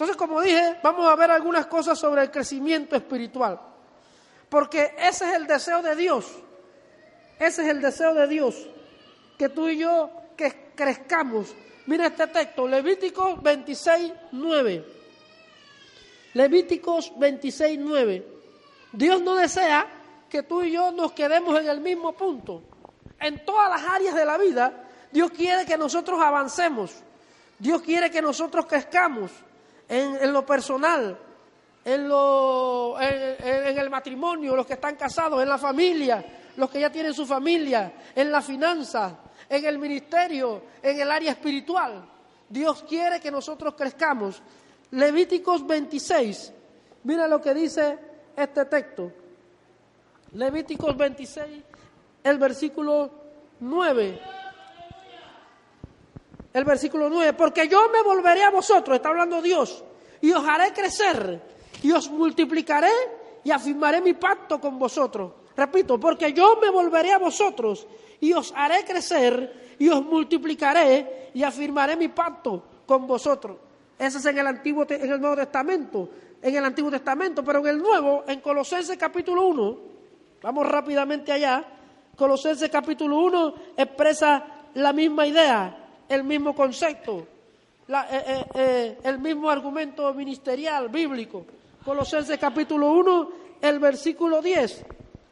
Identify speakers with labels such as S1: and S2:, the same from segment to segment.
S1: Entonces, como dije, vamos a ver algunas cosas sobre el crecimiento espiritual. Porque ese es el deseo de Dios. Ese es el deseo de Dios. Que tú y yo que crezcamos. Mira este texto, Levíticos 26:9. Levíticos 26:9. Dios no desea que tú y yo nos quedemos en el mismo punto. En todas las áreas de la vida, Dios quiere que nosotros avancemos. Dios quiere que nosotros crezcamos en lo personal, en el matrimonio, los que están casados, en la familia, los que ya tienen su familia, en la finanza, en el ministerio, en el área espiritual. Dios quiere que nosotros crezcamos. Levíticos 26, mira lo que dice este texto. Levíticos 26, el versículo 9. El versículo 9, porque yo me volveré a vosotros, está hablando Dios, y os haré crecer, y os multiplicaré, y afirmaré mi pacto con vosotros. Repito, porque yo me volveré a vosotros, y os haré crecer, y os multiplicaré, y afirmaré mi pacto con vosotros. Ese es en el Nuevo Testamento, pero en el Nuevo, en Colosenses capítulo 1, vamos rápidamente allá, Colosenses capítulo 1 expresa la misma idea, el mismo concepto, el mismo argumento ministerial, bíblico. Colosenses capítulo 1, el versículo 10.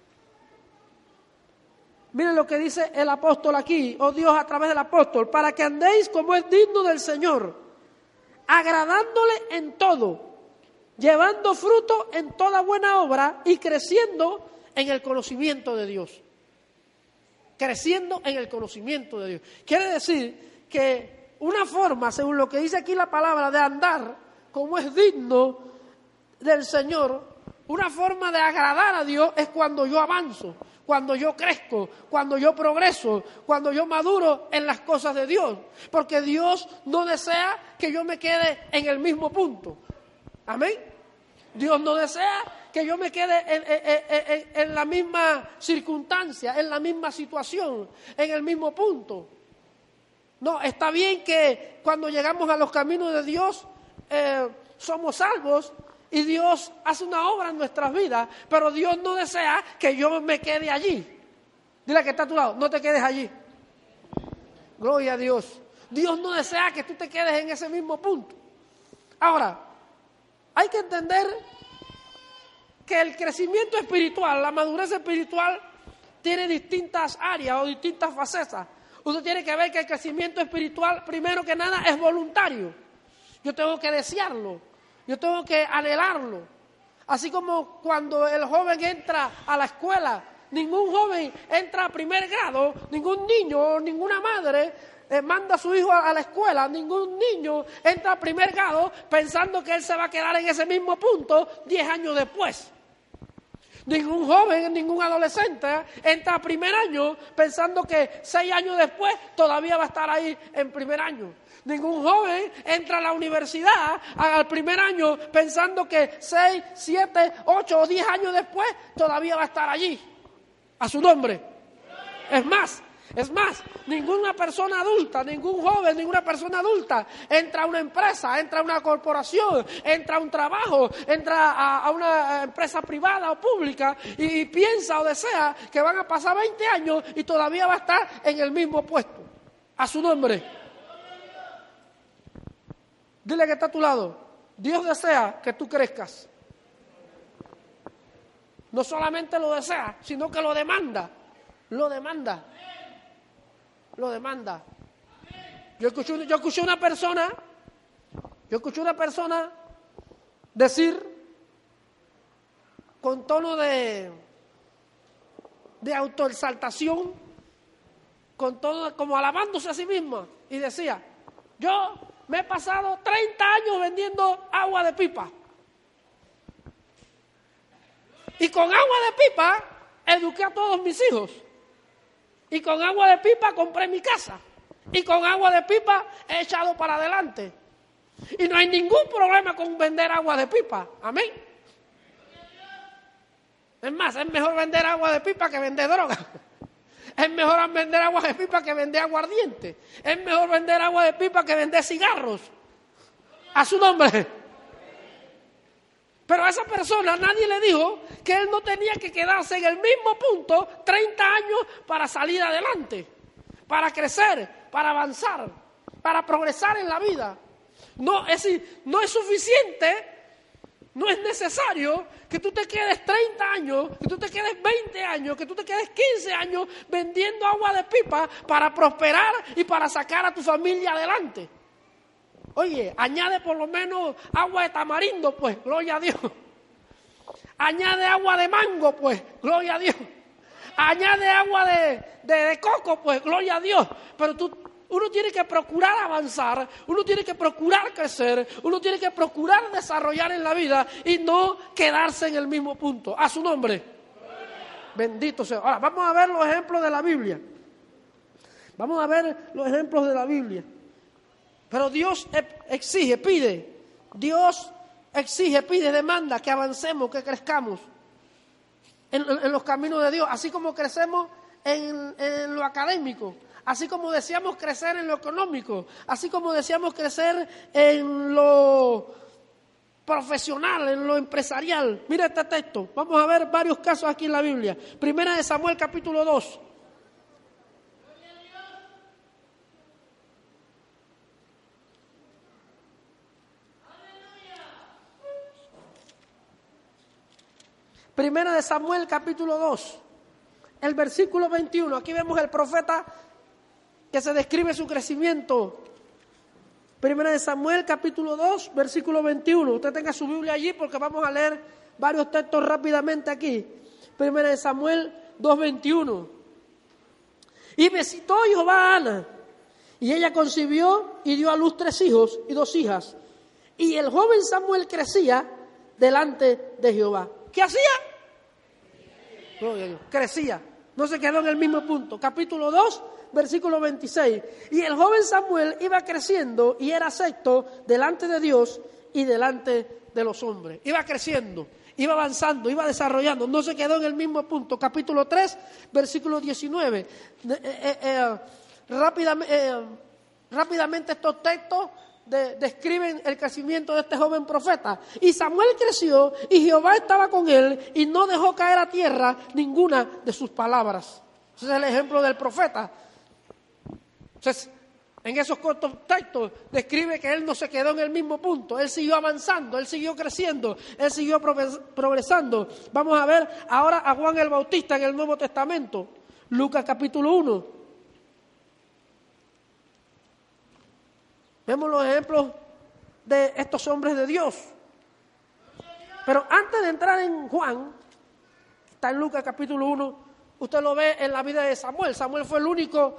S1: Miren lo que dice el apóstol aquí, o Dios a través del apóstol, para que andéis como es digno del Señor, agradándole en todo, llevando fruto en toda buena obra y creciendo en el conocimiento de Dios. Creciendo en el conocimiento de Dios. Quiere decir que una forma, según lo que dice aquí la palabra, de andar como es digno del Señor, una forma de agradar a Dios es cuando yo avanzo, cuando yo crezco, cuando yo progreso, cuando yo maduro en las cosas de Dios. Porque Dios no desea que yo me quede en el mismo punto. Amén. Dios no desea que yo me quede en la misma circunstancia, en la misma situación, en el mismo punto. No, está bien que cuando llegamos a los caminos de Dios somos salvos y Dios hace una obra en nuestras vidas, pero Dios no desea que yo me quede allí. Dile que está a tu lado, no te quedes allí. Gloria a Dios. Dios no desea que tú te quedes en ese mismo punto. Ahora, hay que entender que el crecimiento espiritual, la madurez espiritual, tiene distintas áreas o distintas facetas. Usted tiene que ver que el crecimiento espiritual, primero que nada, es voluntario. Yo tengo que desearlo, yo tengo que anhelarlo. Así como cuando el joven entra a la escuela, ningún joven entra a primer grado, ningún niño, ninguna madre manda a su hijo a la escuela, ningún niño entra a primer grado pensando que él se va a quedar en ese mismo punto 10 años después. Ningún joven, ningún adolescente entra a primer año pensando que 6 años después todavía va a estar ahí en primer año. Ningún joven entra a la universidad al primer año pensando que 6, 7, 8 o 10 años después todavía va a estar allí. A su nombre. Es más, ninguna persona adulta, ningún joven, ninguna persona adulta entra a una empresa, entra a una corporación, entra a un trabajo, entra a una empresa privada o pública y piensa o desea que van a pasar 20 años y todavía va a estar en el mismo puesto. A su nombre. Dile que está a tu lado. Dios desea que tú crezcas. No solamente lo desea, sino que lo demanda. Lo demanda. Yo escuché una persona decir con tono de autoexaltación, con tono como alabándose a sí misma, y decía: yo me he pasado 30 años vendiendo agua de pipa. Y con agua de pipa eduqué a todos mis hijos. Y con agua de pipa compré mi casa. Y con agua de pipa he echado para adelante. Y no hay ningún problema con vender agua de pipa. Amén. Es más, es mejor vender agua de pipa que vender droga. Es mejor vender agua de pipa que vender aguardiente. Es mejor vender agua de pipa que vender cigarros. A su nombre. esa persona nadie le dijo que él no tenía que quedarse en el mismo punto 30 años para salir adelante, para crecer, para avanzar, para progresar en la vida. No es suficiente, no es necesario que tú te quedes 30 años, que tú te quedes 20 años, que tú te quedes 15 años vendiendo agua de pipa para prosperar y para sacar a tu familia adelante. Oye, añade por lo menos agua de tamarindo, pues, gloria a Dios. Añade agua de mango, pues, gloria a Dios. Añade agua de coco, pues, gloria a Dios. Pero uno tiene que procurar avanzar, uno tiene que procurar crecer, uno tiene que procurar desarrollar en la vida y no quedarse en el mismo punto. A su nombre. Bendito sea. Ahora, vamos a ver los ejemplos de la Biblia. Vamos a ver los ejemplos de la Biblia. Pero Dios exige, pide. Dios exige, pide, demanda que avancemos, que crezcamos en los caminos de Dios. Así como crecemos en lo académico. Así como deseamos crecer en lo económico, así como deseamos crecer en lo profesional, en lo empresarial. Mira este texto, vamos a ver varios casos aquí en la Biblia. Primera de Samuel, capítulo 2. Primera de Samuel, capítulo 2, el versículo 21. Aquí vemos el profeta que se describe su crecimiento. Primera de Samuel, capítulo 2, versículo 21. Usted tenga su Biblia allí porque vamos a leer varios textos rápidamente aquí. Primera de Samuel 2, 21. Y visitó Jehová a Ana, y ella concibió y dio a luz 3 hijos y 2 hijas. Y el joven Samuel crecía delante de Jehová. ¿Qué hacía? Crecía. No se quedó en el mismo punto. Capítulo 2, versículo 26. Y el joven Samuel iba creciendo y era acepto delante de Dios y delante de los hombres. Iba creciendo, iba avanzando, iba desarrollando. No se quedó en el mismo punto. Capítulo 3, versículo 19. Rápidamente estos textos describen el crecimiento de este joven profeta. Y Samuel creció y Jehová estaba con él y no dejó caer a tierra ninguna de sus palabras. Ese es el ejemplo del profeta. Entonces, en esos cortos textos describe que él no se quedó en el mismo punto. Él siguió avanzando, él siguió creciendo, él siguió progresando. Vamos a ver ahora a Juan el Bautista en el Nuevo Testamento. Lucas capítulo 1. Vemos los ejemplos de estos hombres de Dios. Pero antes de entrar en Juan, está en Lucas capítulo 1, usted lo ve en la vida de Samuel. Samuel fue el único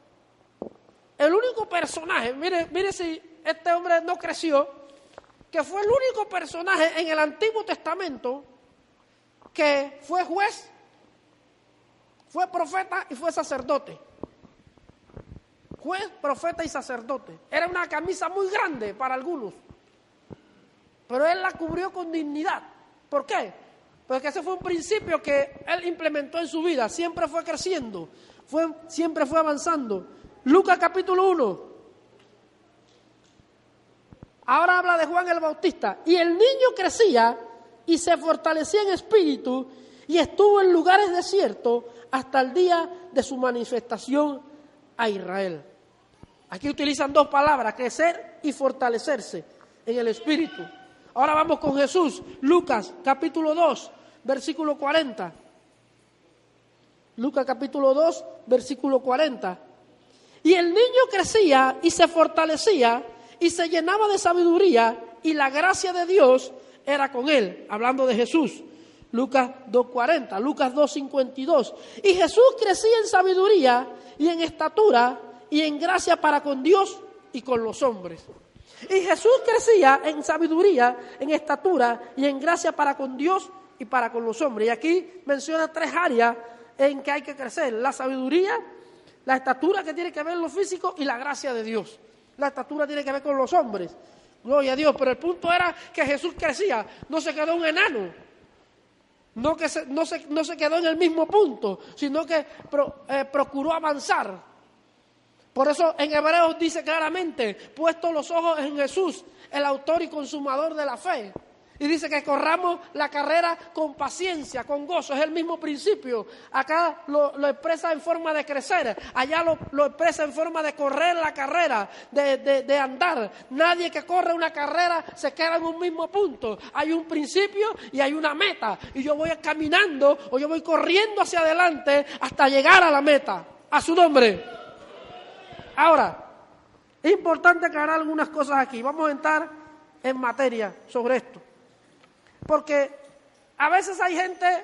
S1: personaje, mire si este hombre no creció, que fue el único personaje en el Antiguo Testamento que fue juez, fue profeta y fue sacerdote. Juez, profeta y sacerdote. Era una camisa muy grande para algunos, pero él la cubrió con dignidad. ¿Por qué? Porque ese fue un principio que él implementó en su vida. Siempre fue creciendo, siempre fue avanzando. Lucas capítulo 1. Ahora habla de Juan el Bautista. Y el niño crecía y se fortalecía en espíritu y estuvo en lugares desiertos hasta el día de su manifestación a Israel. Aquí utilizan 2 palabras, crecer y fortalecerse en el espíritu. Ahora vamos con Jesús. Lucas capítulo 2, versículo 40. Lucas capítulo 2, versículo 40. Y el niño crecía y se fortalecía y se llenaba de sabiduría y la gracia de Dios era con él. Hablando de Jesús. Lucas 2:40, Lucas 2:52. Y Jesús crecía en sabiduría y en estatura y en gracia para con Dios y con los hombres. Y Jesús crecía en sabiduría, en estatura y en gracia para con Dios y para con los hombres. Y aquí menciona 3 áreas en que hay que crecer: la sabiduría, la estatura, que tiene que ver con lo físico, y la gracia de Dios. La estatura tiene que ver con los hombres. Gloria a Dios. Pero el punto era que Jesús crecía, no se quedó un enano. No se quedó en el mismo punto, sino que procuró avanzar. Por eso en Hebreos dice claramente: puesto los ojos en Jesús, el autor y consumador de la fe. Y dice que corramos la carrera con paciencia, con gozo. Es el mismo principio. Acá lo expresa en forma de crecer. Allá lo expresa en forma de correr la carrera, de andar. Nadie que corre una carrera se queda en un mismo punto. Hay un principio y hay una meta. Y yo voy caminando o yo voy corriendo hacia adelante hasta llegar a la meta. A su nombre. Ahora, es importante aclarar algunas cosas aquí. Vamos a entrar en materia sobre esto. Porque a veces hay gente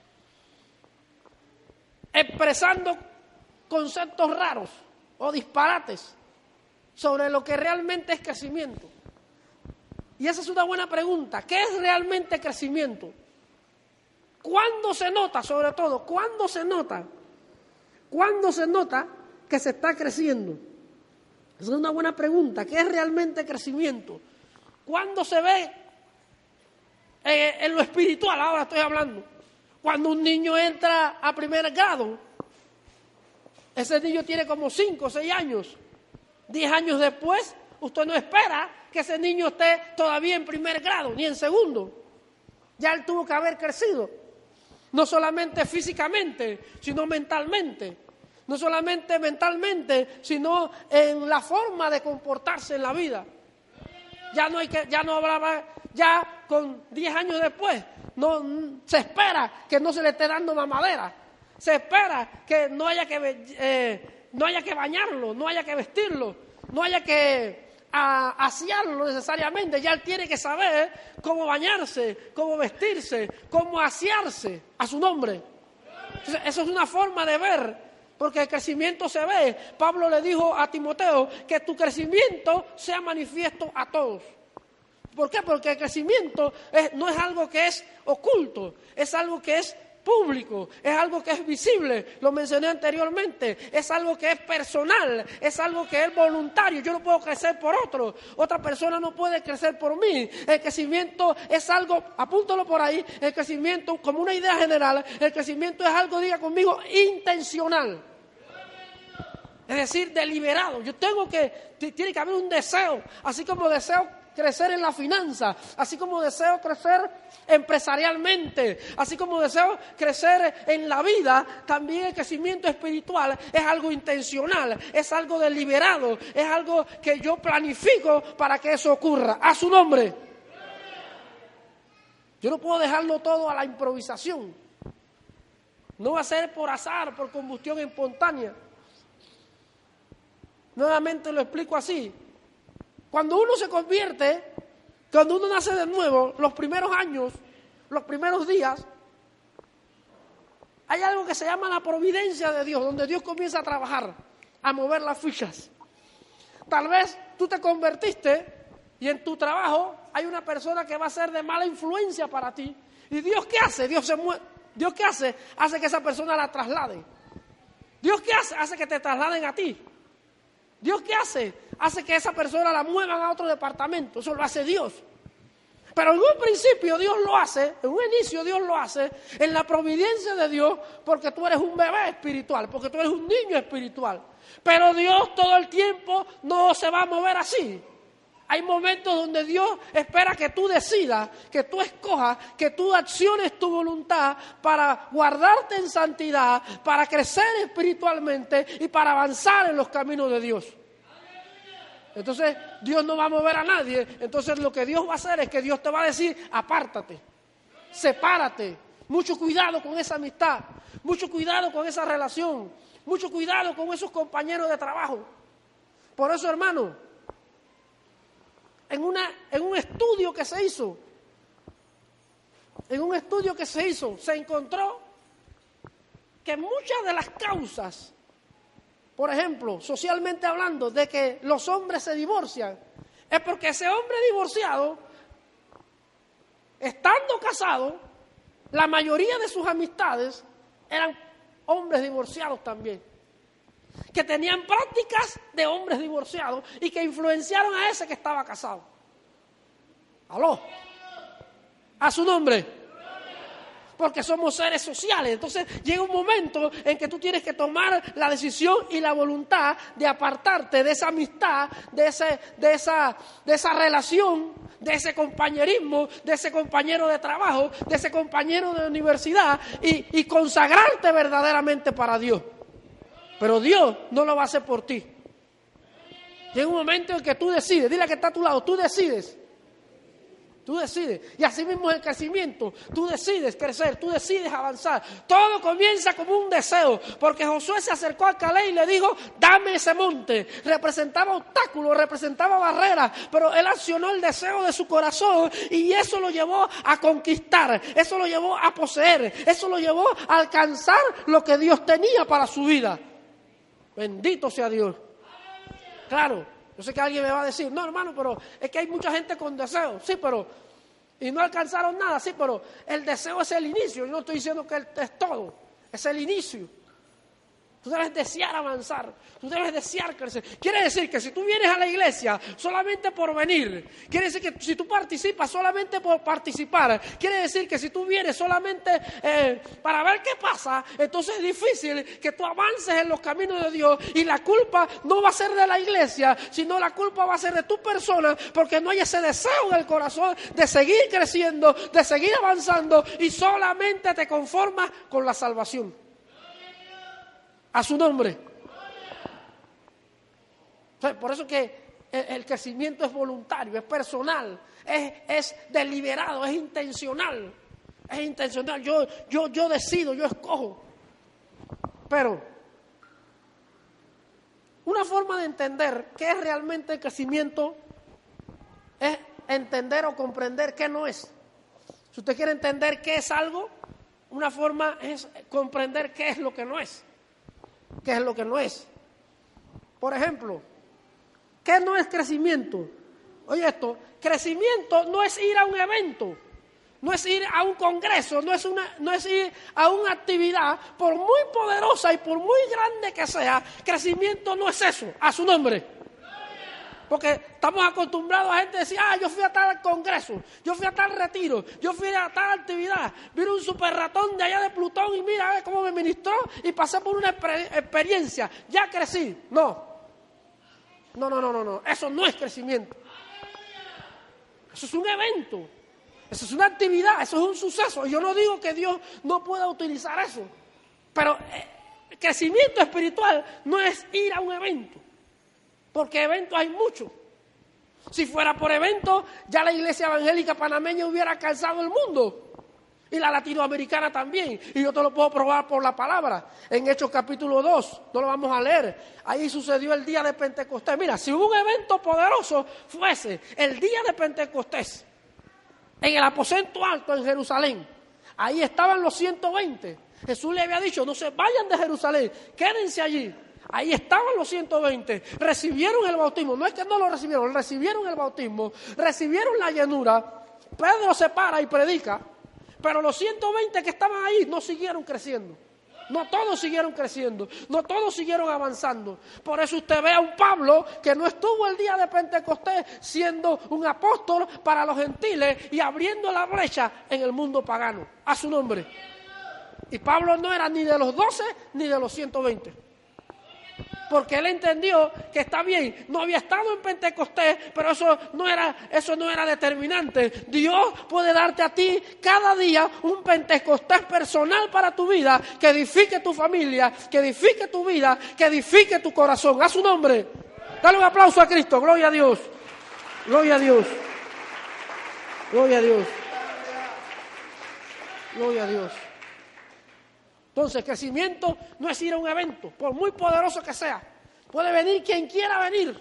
S1: expresando conceptos raros o disparates sobre lo que realmente es crecimiento. Y esa es una buena pregunta. ¿Qué es realmente crecimiento? ¿Cuándo se nota, sobre todo? ¿Cuándo se nota? ¿Cuándo se nota que se está creciendo? Esa es una buena pregunta. ¿Qué es realmente crecimiento? ¿Cuándo se ve en lo espiritual? Ahora estoy hablando. Cuando un niño entra a primer grado, ese niño tiene como 5 o 6 años. 10 años después, usted no espera que ese niño esté todavía en primer grado, ni en segundo. Ya él tuvo que haber crecido. No solamente físicamente, sino mentalmente. No solamente mentalmente, sino en la forma de comportarse en la vida. Ya no hablaba, ya con 10 años después, no se espera que no se le esté dando mamadera. Se espera que no haya que bañarlo, no haya que vestirlo, no haya que asearlo necesariamente. Ya él tiene que saber cómo bañarse, cómo vestirse, cómo asearse a su nombre. Entonces, eso es una forma de ver. Porque el crecimiento se ve. Pablo le dijo a Timoteo que tu crecimiento sea manifiesto a todos. ¿Por qué? Porque el crecimiento no es algo que es oculto, es algo que es público, es algo que es visible, lo mencioné anteriormente, es algo que es personal, es algo que es voluntario. Yo no puedo crecer por otro, otra persona no puede crecer por mí. El crecimiento es algo, apúntalo por ahí, el crecimiento como una idea general, el crecimiento es algo, diga conmigo, intencional. Es decir, deliberado. Tiene que haber un deseo, así como deseo crecer en la finanza, así como deseo crecer empresarialmente, así como deseo crecer en la vida, también el crecimiento espiritual es algo intencional, es algo deliberado, es algo que yo planifico para que eso ocurra. A su nombre. Yo no puedo dejarlo todo a la improvisación. No va a ser por azar, por combustión espontánea. Nuevamente lo explico así. Cuando uno se convierte, cuando uno nace de nuevo, los primeros años, los primeros días, hay algo que se llama la providencia de Dios, donde Dios comienza a trabajar, a mover las fichas. Tal vez tú te convertiste y en tu trabajo hay una persona que va a ser de mala influencia para ti. ¿Y Dios qué hace? Dios qué hace? Hace que esa persona la traslade. ¿Dios qué hace? Hace que te trasladen a ti. ¿Dios qué hace? Hace que esa persona la muevan a otro departamento. Eso lo hace Dios. Pero en un principio Dios lo hace, en un inicio Dios lo hace, en la providencia de Dios, porque tú eres un bebé espiritual, porque tú eres un niño espiritual. Pero Dios todo el tiempo no se va a mover así. Hay momentos donde Dios espera que tú decidas, que tú escojas, que tú acciones tu voluntad para guardarte en santidad, para crecer espiritualmente y para avanzar en los caminos de Dios. Entonces, Dios no va a mover a nadie. Entonces, lo que Dios va a hacer es que Dios te va a decir, apártate, sepárate. Mucho cuidado con esa amistad, mucho cuidado con esa relación, mucho cuidado con esos compañeros de trabajo. Por eso, hermano, en un estudio que se hizo, se encontró que muchas de las causas, por ejemplo, socialmente hablando, de que los hombres se divorcian, es porque ese hombre divorciado, estando casado, la mayoría de sus amistades eran hombres divorciados también, que tenían prácticas de hombres divorciados y que influenciaron a ese que estaba casado. ¿Aló? A su nombre. porque somos seres sociales. Entonces llega un momento en que tú tienes que tomar la decisión y la voluntad de apartarte de esa amistad, de esa relación, de ese compañerismo, de ese compañero de trabajo, de ese compañero de universidad y consagrarte verdaderamente para Dios. Pero Dios no lo va a hacer por ti. Llega un momento en que tú decides, dile que está a tu lado, tú decides. Tú decides. Y así mismo es el crecimiento. Tú decides crecer, tú decides avanzar. Todo comienza como un deseo. Porque Josué se acercó a Caleb y le dijo, dame ese monte. Representaba obstáculos, representaba barreras. Pero él accionó el deseo de su corazón y eso lo llevó a conquistar. Eso lo llevó a poseer. Eso lo llevó a alcanzar lo que Dios tenía para su vida. Bendito sea Dios. Claro. Yo sé que alguien me va a decir, no hermano, pero es que hay mucha gente con deseo. Sí, pero, y no alcanzaron nada, sí, pero el deseo es el inicio. Yo no estoy diciendo que es todo, es el inicio. Tú debes desear avanzar, tú debes desear crecer. Quiere decir que si tú vienes a la iglesia solamente por venir, quiere decir que si tú participas solamente por participar, quiere decir que si tú vienes solamente para ver qué pasa, entonces es difícil que tú avances en los caminos de Dios y la culpa no va a ser de la iglesia, sino la culpa va a ser de tu persona porque no hay ese deseo en el corazón de seguir creciendo, de seguir avanzando y solamente te conformas con la salvación. A su nombre. Por eso que el crecimiento es voluntario, es personal, es deliberado, es intencional. Es intencional. Yo decido, yo escojo. Pero una forma de entender qué es realmente el crecimiento es entender o comprender qué no es. Si usted quiere entender qué es algo, una forma es comprender qué es lo que no es. ¿Qué es lo que no es? Por ejemplo, ¿qué no es crecimiento? Oye esto, crecimiento no es ir a un evento, no es ir a un congreso, no es ir a una actividad, por muy poderosa y por muy grande que sea, crecimiento no es eso, a su nombre. Porque estamos acostumbrados a gente decir, yo fui a tal congreso, yo fui a tal retiro, yo fui a tal actividad, vino un super ratón de allá de Plutón y mira cómo me ministró y pasé por una experiencia, ya crecí. No, eso no es crecimiento. Eso es un evento, eso es una actividad, eso es un suceso. Y yo no digo que Dios no pueda utilizar eso, pero crecimiento espiritual no es ir a un evento. Porque eventos hay muchos. Si fuera por eventos, ya la iglesia evangélica panameña hubiera alcanzado el mundo. Y la latinoamericana también. Y yo te lo puedo probar por la palabra. En Hechos capítulo 2, no lo vamos a leer. Ahí sucedió el día de Pentecostés. Mira, si hubo un evento poderoso, fuese el día de Pentecostés. En el aposento alto en Jerusalén. Ahí estaban los 120. Jesús le había dicho, no se vayan de Jerusalén, quédense allí. Ahí estaban los 120, recibieron el bautismo, no es que no lo recibieron el bautismo, recibieron la llenura. Pedro se para y predica, pero los 120 que estaban ahí no siguieron creciendo. No todos siguieron creciendo, no todos siguieron avanzando. Por eso usted ve a un Pablo que no estuvo el día de Pentecostés siendo un apóstol para los gentiles y abriendo la brecha en el mundo pagano, a su nombre. Y Pablo no era ni de los 12 ni de los 120. Porque él entendió que está bien, no había estado en Pentecostés, pero eso no era determinante. Dios puede darte a ti cada día un Pentecostés personal para tu vida, que edifique tu familia, que edifique tu vida, que edifique tu corazón. A su nombre. Dale un aplauso a Cristo, gloria a Dios. Gloria a Dios. Gloria a Dios. Gloria a Dios. Entonces, crecimiento no es ir a un evento, por muy poderoso que sea. Puede venir quien quiera venir.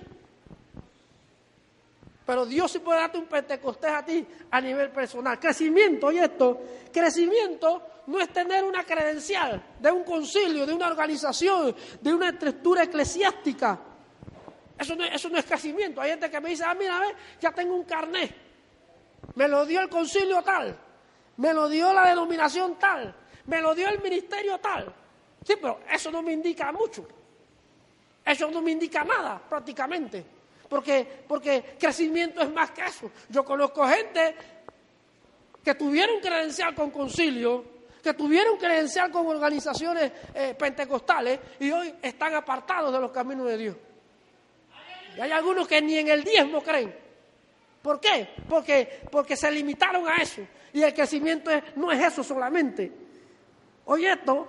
S1: Pero Dios sí puede darte un Pentecostés a ti a nivel personal. Crecimiento, oye esto, crecimiento no es tener una credencial de un concilio, de una organización, de una estructura eclesiástica. Eso no es crecimiento. Hay gente que me dice, mira, ya tengo un carnet. Me lo dio el concilio tal, me lo dio la denominación tal. Me lo dio el ministerio tal. Sí, pero eso no me indica mucho. Eso no me indica nada, prácticamente. Porque crecimiento es más que eso. Yo conozco gente que tuvieron credencial con concilio, que tuvieron credencial con organizaciones pentecostales y hoy están apartados de los caminos de Dios. Y hay algunos que ni en el diezmo creen. ¿Por qué? Porque se limitaron a eso. Y el crecimiento no es eso solamente. Oye esto,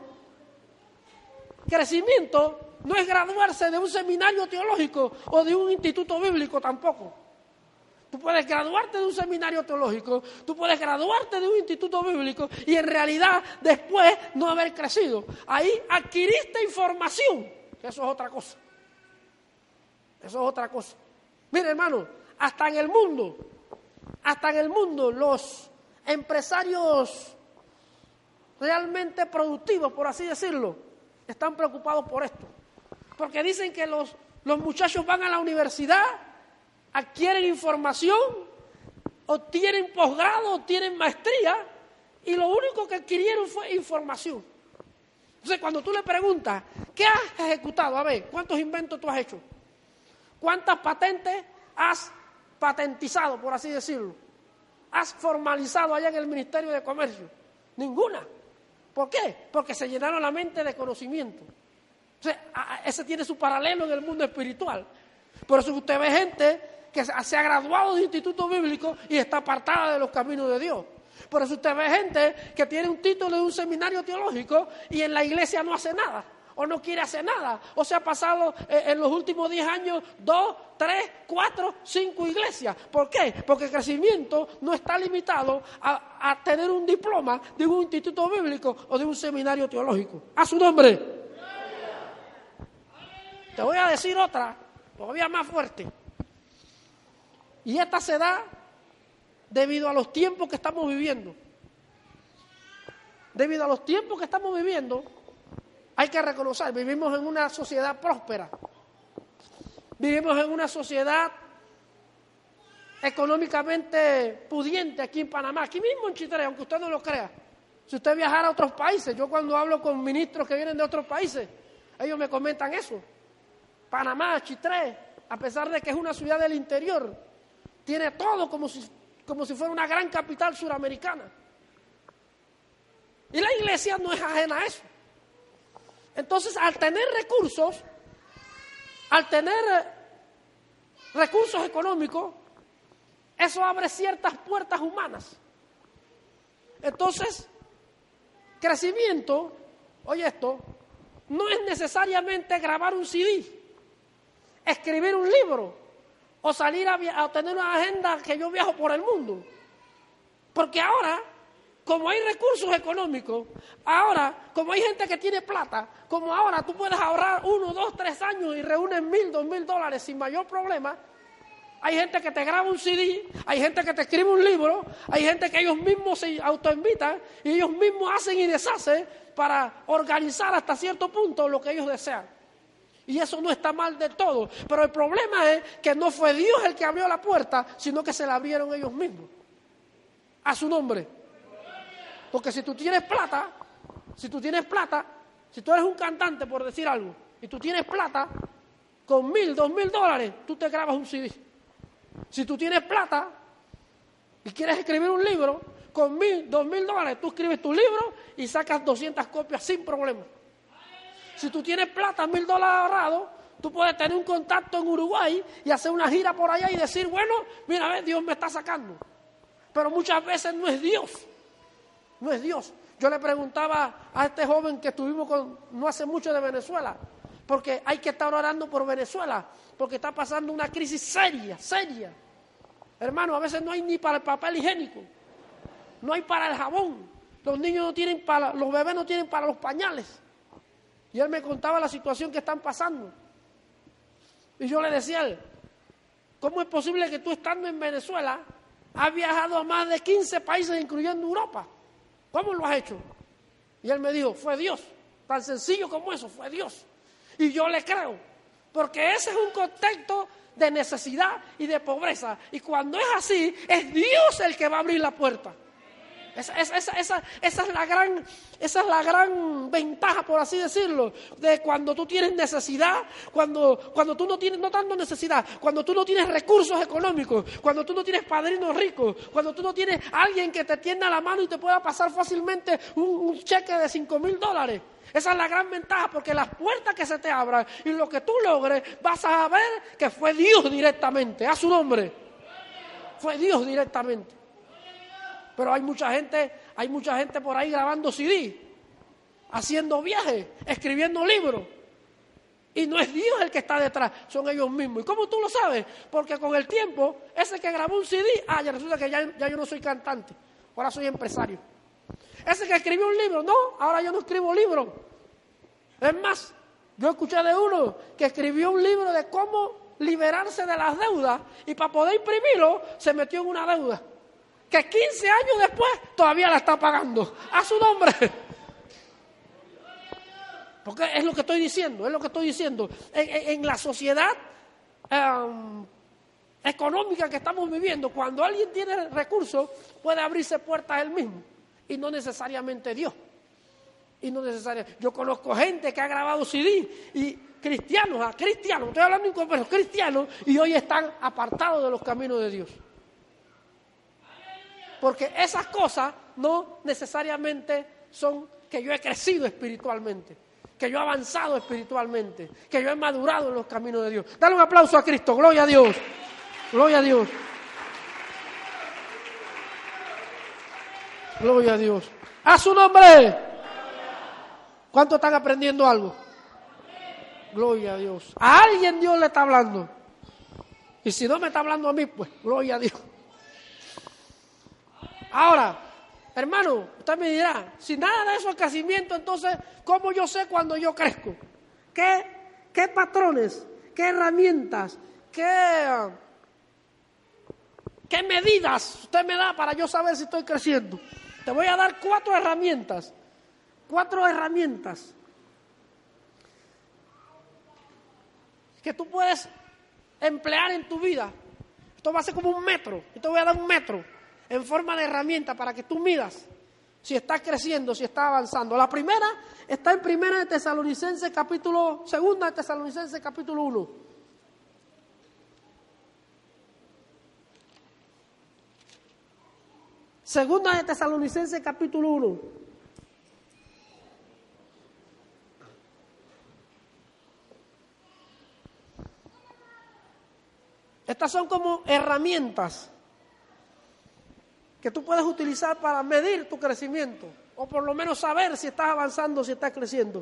S1: crecimiento no es graduarse de un seminario teológico o de un instituto bíblico tampoco. Tú puedes graduarte de un seminario teológico, tú puedes graduarte de un instituto bíblico y en realidad después no haber crecido. Ahí adquiriste información, que eso es otra cosa. Eso es otra cosa. Mire, hermano, hasta en el mundo, los empresarios realmente productivos, por así decirlo, están preocupados por esto. Porque dicen que los muchachos van a la universidad, adquieren información, obtienen posgrado, obtienen maestría, y lo único que adquirieron fue información. Entonces, cuando tú le preguntas, ¿qué has ejecutado? A ver, ¿cuántos inventos tú has hecho? ¿Cuántas patentes has patentizado, por así decirlo? ¿Has formalizado allá en el Ministerio de Comercio? Ninguna. ¿Por qué? Porque se llenaron la mente de conocimiento. O sea, ese tiene su paralelo en el mundo espiritual. Por eso usted ve gente que se ha graduado de instituto bíblico y está apartada de los caminos de Dios. Por eso usted ve gente que tiene un título de un seminario teológico y en la iglesia no hace nada, o no quiere hacer nada, o se ha pasado en los últimos 10 años 2, 3, 4, 5 iglesias. ¿Por qué? Porque el crecimiento no está limitado a tener un diploma de un instituto bíblico o de un seminario teológico. ¡A su nombre! Te voy a decir otra, todavía más fuerte. Y esta se da debido a los tiempos que estamos viviendo. Debido a los tiempos que estamos viviendo, hay que reconocer, vivimos en una sociedad próspera. Vivimos en una sociedad económicamente pudiente aquí en Panamá, aquí mismo en Chitré, aunque usted no lo crea. Si usted viajara a otros países, yo cuando hablo con ministros que vienen de otros países, ellos me comentan eso. Panamá, Chitré, a pesar de que es una ciudad del interior, tiene todo como si fuera una gran capital suramericana. Y la iglesia no es ajena a eso. Entonces, al tener recursos económicos, eso abre ciertas puertas humanas. Entonces, crecimiento, oye esto, no es necesariamente grabar un CD, escribir un libro, o salir a tener una agenda que yo viajo por el mundo. Porque ahora, como hay recursos económicos, ahora, como hay gente que tiene plata, como ahora tú puedes ahorrar 1, 2, 3 años y reúnes $1,000, $2,000 sin mayor problema. Hay gente que te graba un CD, hay gente que te escribe un libro, hay gente que ellos mismos se autoinvitan y ellos mismos hacen y deshacen para organizar hasta cierto punto lo que ellos desean. Y eso no está mal del todo, pero el problema es que no fue Dios el que abrió la puerta, sino que se la abrieron ellos mismos. A su nombre. Porque si tú tienes plata, si tú eres un cantante, por decir algo, y tú tienes plata, con $1,000, $2,000, tú te grabas un CD. Si tú tienes plata y quieres escribir un libro, con $1,000, $2,000, tú escribes tu libro y sacas 200 copias sin problema. Si tú tienes plata, $1,000 ahorrados, tú puedes tener un contacto en Uruguay y hacer una gira por allá y decir, bueno, mira, ve, Dios me está sacando. Pero muchas veces no es Dios. No es Dios. Yo le preguntaba a este joven que estuvimos no hace mucho de Venezuela, porque hay que estar orando por Venezuela, porque está pasando una crisis seria. Hermano, a veces no hay ni para el papel higiénico, no hay para el jabón, los niños no tienen los bebés no tienen para los pañales. Y él me contaba la situación que están pasando. Y yo le decía a él, ¿cómo es posible que tú estando en Venezuela has viajado a más de 15 países, incluyendo Europa? ¿Cómo lo has hecho? Y él me dijo, fue Dios. Tan sencillo como eso, fue Dios. Y yo le creo, porque ese es un contexto de necesidad y de pobreza. Y cuando es así, es Dios el que va a abrir la puerta. Esa es la gran ventaja, por así decirlo, de cuando tú tienes necesidad, cuando tú no tienes, no tanto necesidad, cuando tú no tienes recursos económicos, cuando tú no tienes padrinos ricos, cuando tú no tienes alguien que te tienda la mano y te pueda pasar fácilmente un cheque de $5,000. Esa es la gran ventaja, porque las puertas que se te abran y lo que tú logres, vas a ver que fue Dios directamente, a su nombre. Fue Dios directamente. Pero hay mucha gente por ahí grabando CD, haciendo viajes, escribiendo libros. Y no es Dios el que está detrás, son ellos mismos. ¿Y cómo tú lo sabes? Porque con el tiempo, ese que grabó un CD, ya resulta que ya yo no soy cantante, ahora soy empresario. Ese que escribió un libro, no, ahora yo no escribo libros. Es más, yo escuché de uno que escribió un libro de cómo liberarse de las deudas y para poder imprimirlo se metió en una deuda que 15 años después todavía la está pagando, a su nombre. Porque es lo que estoy diciendo, En la sociedad económica que estamos viviendo, cuando alguien tiene recursos, puede abrirse puertas él mismo, y no necesariamente Dios. Yo conozco gente que ha grabado CD, y cristianos, estoy hablando inconversos, cristianos, y hoy están apartados de los caminos de Dios. Porque esas cosas no necesariamente son que yo he crecido espiritualmente, que yo he avanzado espiritualmente, que yo he madurado en los caminos de Dios. Dale un aplauso a Cristo, gloria a Dios, gloria a Dios, gloria a Dios. ¡A su nombre! ¿Cuántos están aprendiendo algo? Gloria a Dios. A alguien Dios le está hablando. Y si no me está hablando a mí, pues gloria a Dios. Ahora, hermano, usted me dirá, si nada de eso es crecimiento, entonces, ¿cómo yo sé cuando yo crezco? ¿Qué patrones, qué herramientas, qué medidas usted me da para yo saber si estoy creciendo? Te voy a dar 4 herramientas que tú puedes emplear en tu vida. Esto va a ser como un metro, yo te voy a dar un metro en forma de herramienta para que tú midas si estás creciendo, si estás avanzando. La primera está en 2 de Tesalonicenses capítulo 1. Segunda de Tesalonicenses capítulo 1. Estas son como herramientas que tú puedes utilizar para medir tu crecimiento, o por lo menos saber si estás avanzando, si estás creciendo.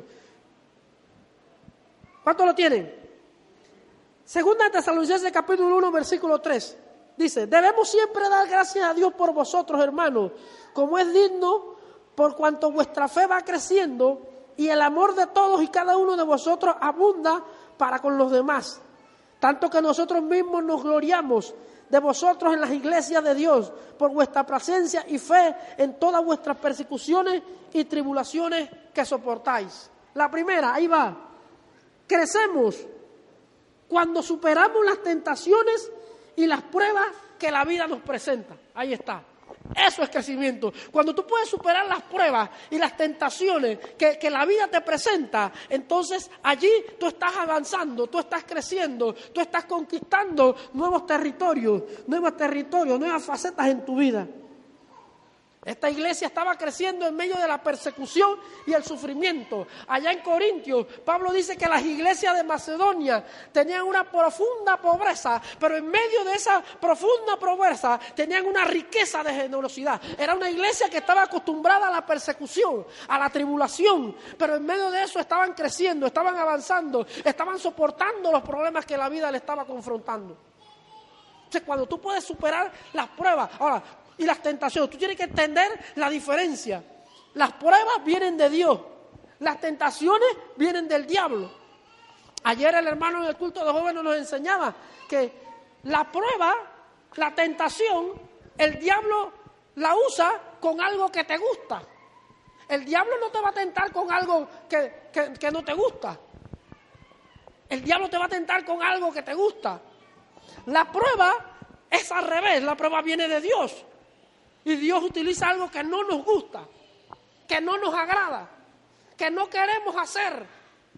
S1: ¿Cuántos lo tienen? Segunda de Tesalonicenses capítulo 1, versículo 3. Dice, debemos siempre dar gracias a Dios por vosotros, hermanos, como es digno, por cuanto vuestra fe va creciendo y el amor de todos y cada uno de vosotros abunda para con los demás. Tanto que nosotros mismos nos gloriamos de vosotros en las iglesias de Dios, por vuestra presencia y fe en todas vuestras persecuciones y tribulaciones que soportáis. La primera, ahí va. Crecemos cuando superamos las tentaciones y las pruebas que la vida nos presenta. Ahí está. Eso es crecimiento. Cuando tú puedes superar las pruebas y las tentaciones que la vida te presenta, entonces allí tú estás avanzando, tú estás creciendo, tú estás conquistando nuevos territorios, nuevas facetas en tu vida. Esta iglesia estaba creciendo en medio de la persecución y el sufrimiento. Allá en Corintios, Pablo dice que las iglesias de Macedonia tenían una profunda pobreza, pero en medio de esa profunda pobreza tenían una riqueza de generosidad. Era una iglesia que estaba acostumbrada a la persecución, a la tribulación, pero en medio de eso estaban creciendo, estaban avanzando, estaban soportando los problemas que la vida le estaba confrontando. Entonces, cuando tú puedes superar las pruebas, ahora, y las tentaciones, tú tienes que entender la diferencia. Las pruebas vienen de Dios, las tentaciones vienen del diablo. Ayer el hermano en el culto de jóvenes nos enseñaba que la prueba, la tentación, el diablo la usa con algo que te gusta. El diablo no te va a tentar con algo que no te gusta. El diablo te va a tentar con algo que te gusta. La prueba es al revés, la prueba viene de Dios. Y Dios utiliza algo que no nos gusta, que no nos agrada, que no queremos hacer.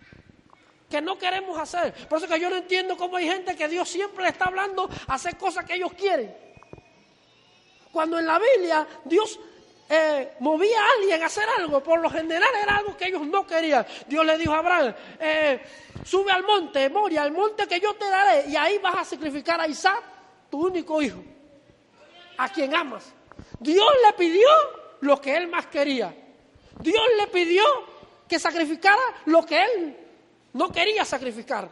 S1: Por eso que yo no entiendo cómo hay gente que Dios siempre le está hablando a hacer cosas que ellos quieren. Cuando en la Biblia Dios movía a alguien a hacer algo, por lo general era algo que ellos no querían. Dios le dijo a Abraham, sube al monte Moria, al monte que yo te daré, y ahí vas a sacrificar a Isaac, tu único hijo, a quien amas. Dios le pidió lo que él más quería. Dios le pidió que sacrificara lo que él no quería sacrificar.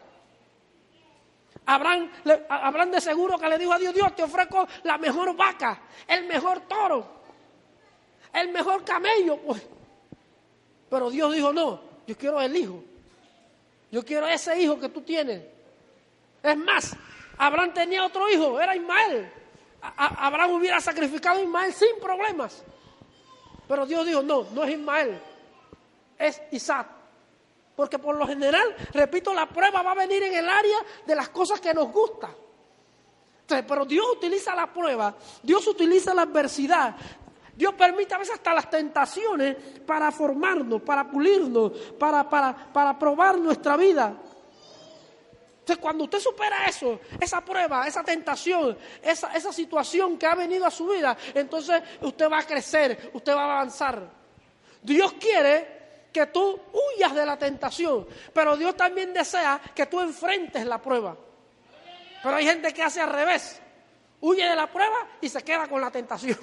S1: Abraham de seguro que le dijo a Dios, Dios, te ofrezco la mejor vaca, el mejor toro, el mejor camello. Pues. Pero Dios dijo, no, yo quiero el hijo. Yo quiero ese hijo que tú tienes. Es más, Abraham tenía otro hijo, era Ismael. Abraham hubiera sacrificado a Ismael sin problemas. Pero Dios dijo, no es Ismael, es Isaac. Porque por lo general, repito, la prueba va a venir en el área de las cosas que nos gustan. Entonces, pero Dios utiliza la prueba, Dios utiliza la adversidad, Dios permite a veces hasta las tentaciones para formarnos, para pulirnos, para probar nuestra vida. Entonces, cuando usted supera eso, esa prueba, esa tentación, esa situación que ha venido a su vida, entonces usted va a crecer, usted va a avanzar. Dios quiere que tú huyas de la tentación, pero Dios también desea que tú enfrentes la prueba. Pero hay gente que hace al revés, huye de la prueba y se queda con la tentación.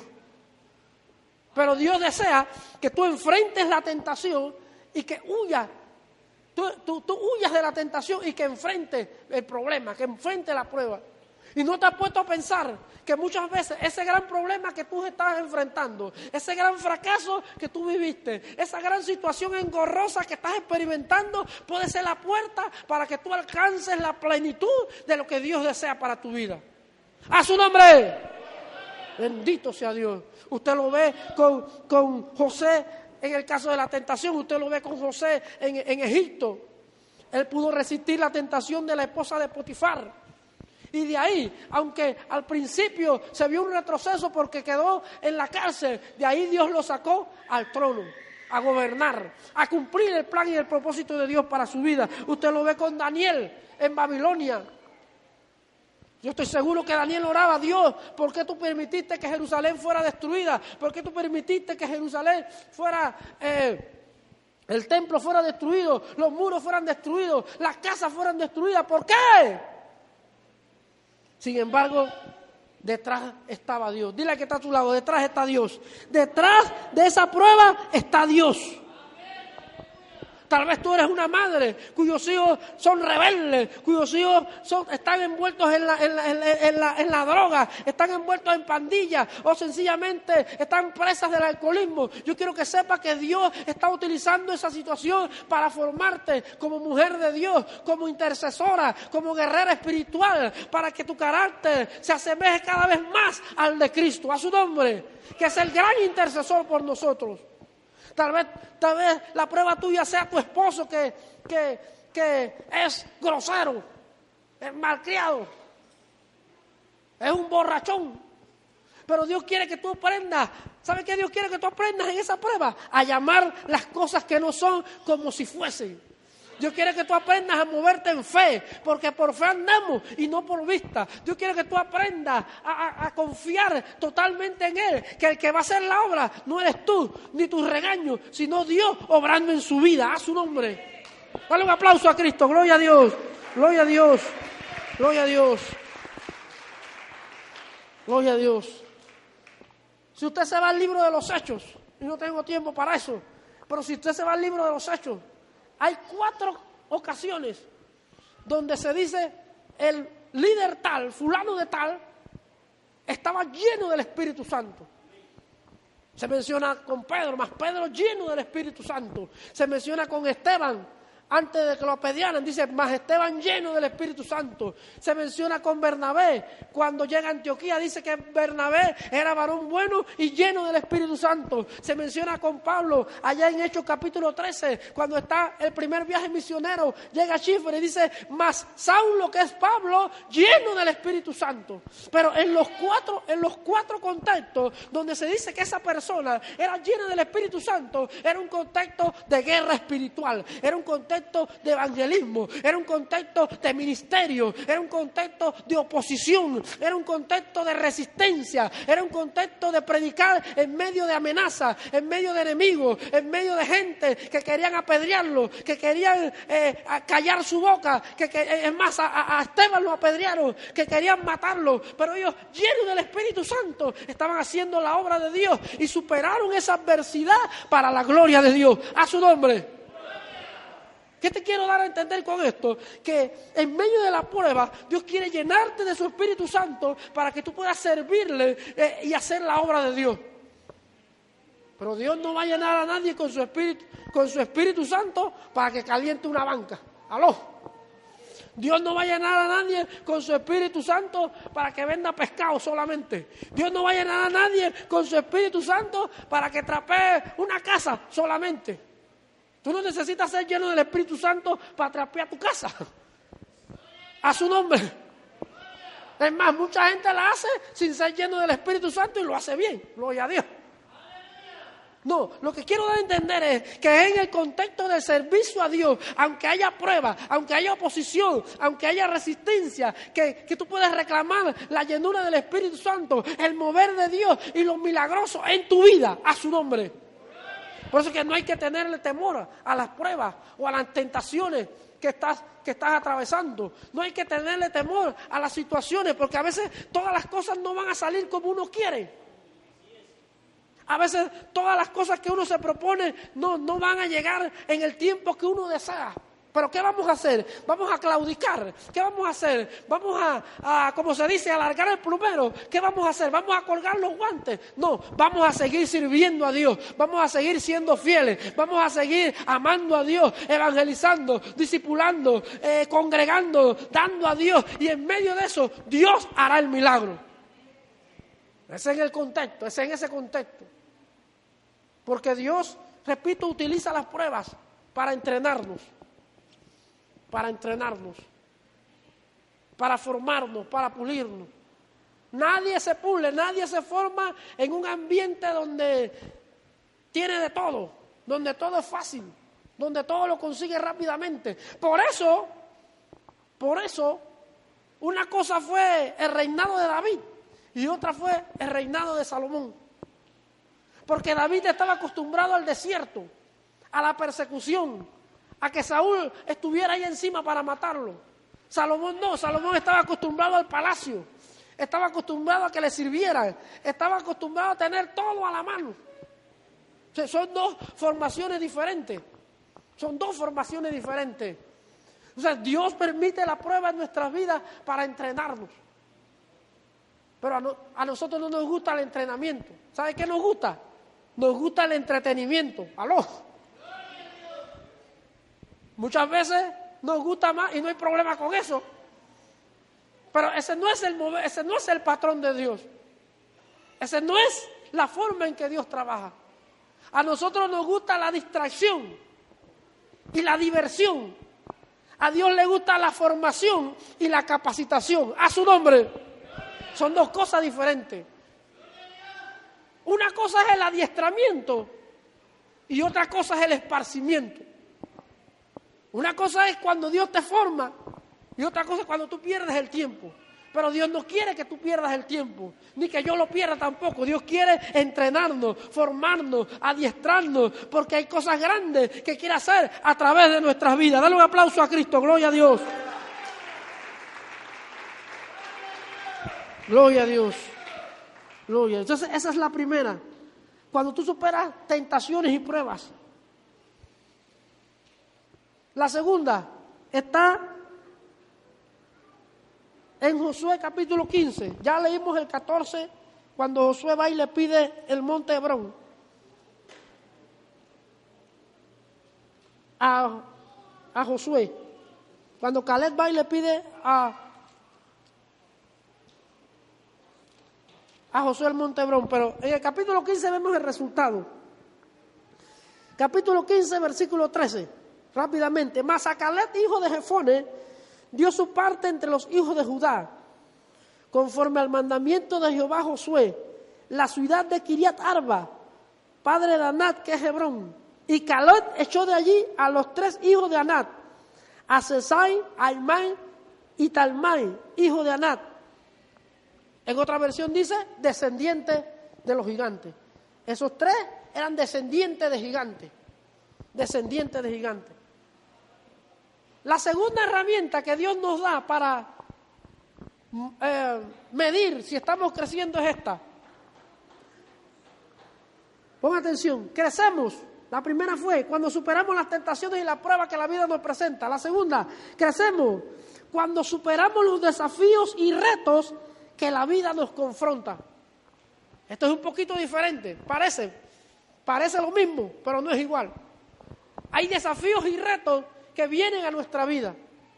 S1: Pero Dios desea que tú enfrentes la tentación y que huyas. Tú huyas de la tentación y que enfrentes el problema, que enfrentes la prueba. Y no te has puesto a pensar que muchas veces ese gran problema que tú estás enfrentando, ese gran fracaso que tú viviste, esa gran situación engorrosa que estás experimentando, puede ser la puerta para que tú alcances la plenitud de lo que Dios desea para tu vida. ¡A su nombre! Bendito sea Dios. Usted lo ve con José en el caso de la tentación, usted lo ve con José en Egipto. Él pudo resistir la tentación de la esposa de Potifar. Y de ahí, aunque al principio se vio un retroceso porque quedó en la cárcel, de ahí Dios lo sacó al trono, a gobernar, a cumplir el plan y el propósito de Dios para su vida. Usted lo ve con Daniel en Babilonia. Yo estoy seguro que Daniel oraba a Dios, ¿por qué tú permitiste que Jerusalén fuera destruida? ¿Por qué tú permitiste que Jerusalén fuera... el templo fuera destruido, los muros fueran destruidos, las casas fueran destruidas? ¿Por qué? Sin embargo, detrás estaba Dios. Dile al que está a tu lado, detrás está Dios. Detrás de esa prueba está Dios. Tal vez tú eres una madre cuyos hijos son rebeldes, cuyos hijos están envueltos en la droga, están envueltos en pandillas o sencillamente están presas del alcoholismo. Yo quiero que sepas que Dios está utilizando esa situación para formarte como mujer de Dios, como intercesora, como guerrera espiritual, para que tu carácter se asemeje cada vez más al de Cristo, a su nombre, que es el gran intercesor por nosotros. Tal vez la prueba tuya sea tu esposo que es grosero, es malcriado, es un borrachón. Pero Dios quiere que tú aprendas. ¿Sabe qué Dios quiere que tú aprendas en esa prueba? A llamar las cosas que no son como si fuesen. Dios quiere que tú aprendas a moverte en fe, porque por fe andamos y no por vista. Dios quiere que tú aprendas a confiar totalmente en Él, que el que va a hacer la obra no eres tú, ni tus regaños, sino Dios obrando en su vida, a su nombre. Dale un aplauso a Cristo, gloria a Dios, gloria a Dios, gloria a Dios, gloria a Dios. Si usted se va al libro de los Hechos, y no tengo tiempo para eso, pero si usted se va al libro de los Hechos, hay 4 ocasiones donde se dice el líder tal, fulano de tal, estaba lleno del Espíritu Santo. Se menciona con Pedro, más Pedro lleno del Espíritu Santo. Se menciona con Esteban, antes de que lo apedrearan, dice, mas Esteban lleno del Espíritu Santo. Se menciona con Bernabé, cuando llega a Antioquía, dice que Bernabé era varón bueno y lleno del Espíritu Santo. Se menciona con Pablo, allá en Hechos capítulo 13, cuando está el primer viaje misionero, llega a Chipre y dice, mas Saulo, que es Pablo, lleno del Espíritu Santo. Pero en los cuatro contextos donde se dice que esa persona era llena del Espíritu Santo, era un contexto de guerra espiritual, era un contexto de evangelismo, era un contexto de ministerio, era un contexto de oposición, era un contexto de resistencia, era un contexto de predicar en medio de amenazas, en medio de enemigos, en medio de gente que querían apedrearlo, que querían callar su boca, es más, a Esteban lo apedrearon, que querían matarlo, pero ellos, llenos del Espíritu Santo, estaban haciendo la obra de Dios y superaron esa adversidad para la gloria de Dios. A su nombre. ¿Qué te quiero dar a entender con esto? Que en medio de la prueba, Dios quiere llenarte de su Espíritu Santo para que tú puedas servirle y hacer la obra de Dios. Pero Dios no va a llenar a nadie con su Espíritu Santo para que caliente una banca. ¿Aló? Dios no va a llenar a nadie con su Espíritu Santo para que venda pescado solamente. Dios no va a llenar a nadie con su Espíritu Santo para que trapee una casa solamente. Tú no necesitas ser lleno del Espíritu Santo para trapear tu casa. A su nombre. Es más, mucha gente la hace sin ser lleno del Espíritu Santo y lo hace bien. Gloria a Dios. No, lo que quiero dar a entender es que en el contexto del servicio a Dios, aunque haya prueba, aunque haya oposición, aunque haya resistencia, que tú puedes reclamar la llenura del Espíritu Santo, el mover de Dios y los milagrosos en tu vida, a su nombre. Por eso es que no hay que tenerle temor a las pruebas o a las tentaciones que estás atravesando. No hay que tenerle temor a las situaciones, porque a veces todas las cosas no van a salir como uno quiere. A veces todas las cosas que uno se propone no van a llegar en el tiempo que uno desea. Pero ¿qué vamos a hacer? Vamos a claudicar. ¿Qué vamos a hacer? Vamos a como se dice, alargar el plumero. ¿Qué vamos a hacer? ¿Vamos a colgar los guantes? No, vamos a seguir sirviendo a Dios. Vamos a seguir siendo fieles. Vamos a seguir amando a Dios, evangelizando, discipulando, congregando, dando a Dios. Y en medio de eso, Dios hará el milagro. Ese es el contexto, ese es en ese contexto. Porque Dios, repito, utiliza las pruebas para entrenarnos. Para formarnos, para pulirnos. Nadie se pule, nadie se forma en un ambiente donde tiene de todo, donde todo es fácil, donde todo lo consigue rápidamente. Por eso, una cosa fue el reinado de David y otra fue el reinado de Salomón. Porque David estaba acostumbrado al desierto, a la persecución, a que Saúl estuviera ahí encima para matarlo. Salomón no, Salomón estaba acostumbrado al palacio, estaba acostumbrado a que le sirvieran, estaba acostumbrado a tener todo a la mano. O sea, son dos formaciones diferentes. O sea, Dios permite la prueba en nuestras vidas para entrenarnos. Pero a nosotros no nos gusta el entrenamiento. ¿Sabe qué nos gusta? Nos gusta el entretenimiento. ¿Aló? Muchas veces nos gusta más y no hay problema con eso. Pero ese no es el patrón de Dios. Esa no es la forma en que Dios trabaja. A nosotros nos gusta la distracción y la diversión. A Dios le gusta la formación y la capacitación. A su nombre. Son dos cosas diferentes. Una cosa es el adiestramiento y otra cosa es el esparcimiento. Una cosa es cuando Dios te forma y otra cosa es cuando tú pierdes el tiempo. Pero Dios no quiere que tú pierdas el tiempo, ni que yo lo pierda tampoco. Dios quiere entrenarnos, formarnos, adiestrarnos, porque hay cosas grandes que quiere hacer a través de nuestras vidas. Dale un aplauso a Cristo, gloria a Dios. Gloria a Dios. Gloria. Entonces esa es la primera. Cuando tú superas tentaciones y pruebas. La segunda está en Josué capítulo 15. Ya leímos el 14, cuando Josué va y le pide el monte Hebrón a Josué. Cuando Caleb va y le pide a Josué el monte Hebrón, pero en el capítulo 15 vemos el resultado. Capítulo 15, versículo 13, rápidamente. Mas a Caleb, hijo de Jefone, dio su parte entre los hijos de Judá, conforme al mandamiento de Jehová Josué, la ciudad de Kiriat Arba, padre de Anat, que es Hebrón. Y Caleb echó de allí a los 3 hijos de Anat, a Sesai, a Imai y Talmai, hijo de Anat. En otra versión dice, descendientes de los gigantes. Esos 3 eran descendientes de gigantes. Descendientes de gigantes. La segunda herramienta que Dios nos da para medir si estamos creciendo es esta. Ponga atención, crecemos. La primera fue cuando superamos las tentaciones y las pruebas que la vida nos presenta. La segunda, crecemos cuando superamos los desafíos y retos que la vida nos confronta. Esto es un poquito diferente, parece lo mismo, pero no es igual. Hay desafíos y retos que vienen a nuestra vida.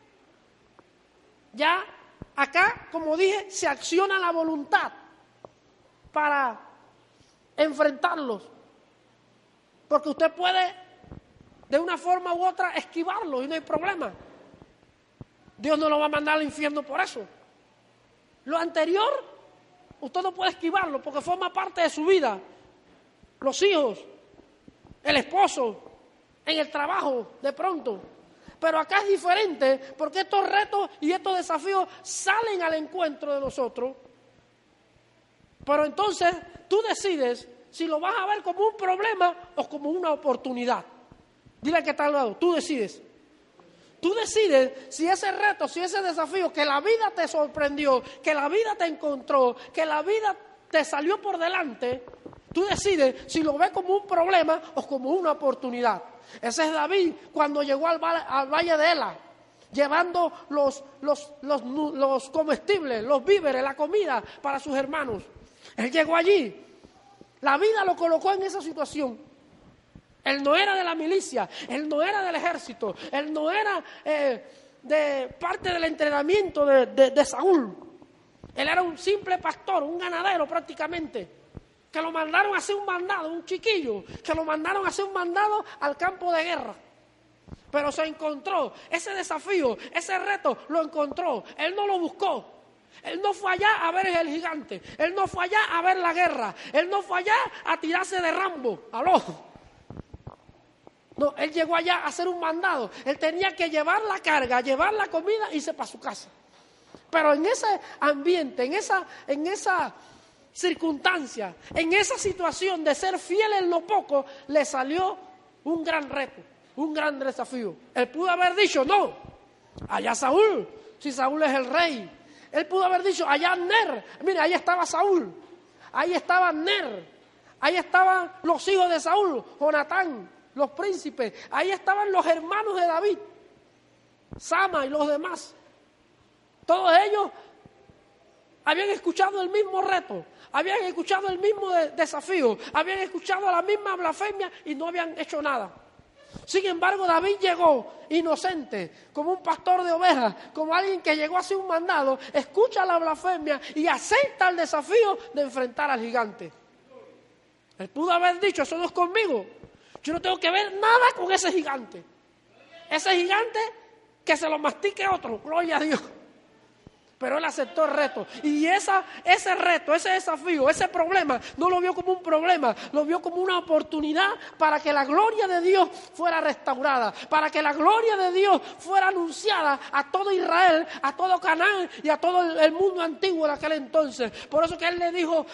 S1: Ya acá, como dije, se acciona la voluntad para enfrentarlos. Porque usted puede, de una forma u otra, esquivarlo y no hay problema. Dios no lo va a mandar al infierno por eso. Lo anterior, usted no puede esquivarlo porque forma parte de su vida. Los hijos, el esposo, en el trabajo, de pronto. Pero acá es diferente porque estos retos y estos desafíos salen al encuentro de nosotros. Pero entonces tú decides si lo vas a ver como un problema o como una oportunidad. Dile que está al lado, tú decides. Tú decides si ese reto, si ese desafío que la vida te sorprendió, que la vida te encontró, que la vida te salió por delante, tú decides si lo ves como un problema o como una oportunidad. Ese es David cuando llegó al valle de Ela, llevando los comestibles, los víveres, la comida para sus hermanos. Él llegó allí. La vida lo colocó en esa situación. Él no era de la milicia, él no era del ejército, él no era de parte del entrenamiento de Saúl. Él era un simple pastor, un ganadero prácticamente, que lo mandaron a hacer un mandado, un chiquillo, que lo mandaron a hacer un mandado al campo de guerra. Pero se encontró ese desafío, ese reto, lo encontró. Él no lo buscó. Él no fue allá a ver el gigante. Él no fue allá a ver la guerra. Él no fue allá a tirarse de Rambo. ¡Aló! No, él llegó allá a hacer un mandado. Él tenía que llevar la carga, llevar la comida y irse para su casa. Pero en ese ambiente, en esa circunstancia, en esa situación de ser fiel en lo poco, le salió un gran reto, un gran desafío. Él pudo haber dicho, no, allá Saúl, si Saúl es el rey. Él pudo haber dicho, allá Ner, mira, ahí estaba Saúl, ahí estaba Ner, ahí estaban los hijos de Saúl, Jonatán, los príncipes, ahí estaban los hermanos de David, Sama y los demás. Todos ellos habían escuchado el mismo reto, habían escuchado el mismo desafío, habían escuchado la misma blasfemia y no habían hecho nada. Sin embargo, David llegó inocente, como un pastor de ovejas, como alguien que llegó a hacer un mandado, escucha la blasfemia y acepta el desafío de enfrentar al gigante. Él pudo haber dicho, eso no es conmigo, yo no tengo que ver nada con ese gigante. Ese gigante que se lo mastique otro, gloria a Dios. Pero él aceptó el reto. Y ese reto, ese desafío, ese problema, no lo vio como un problema, lo vio como una oportunidad para que la gloria de Dios fuera restaurada, para que la gloria de Dios fuera anunciada a todo Israel, a todo Canaán y a todo el mundo antiguo de aquel entonces. Por eso que él le dijo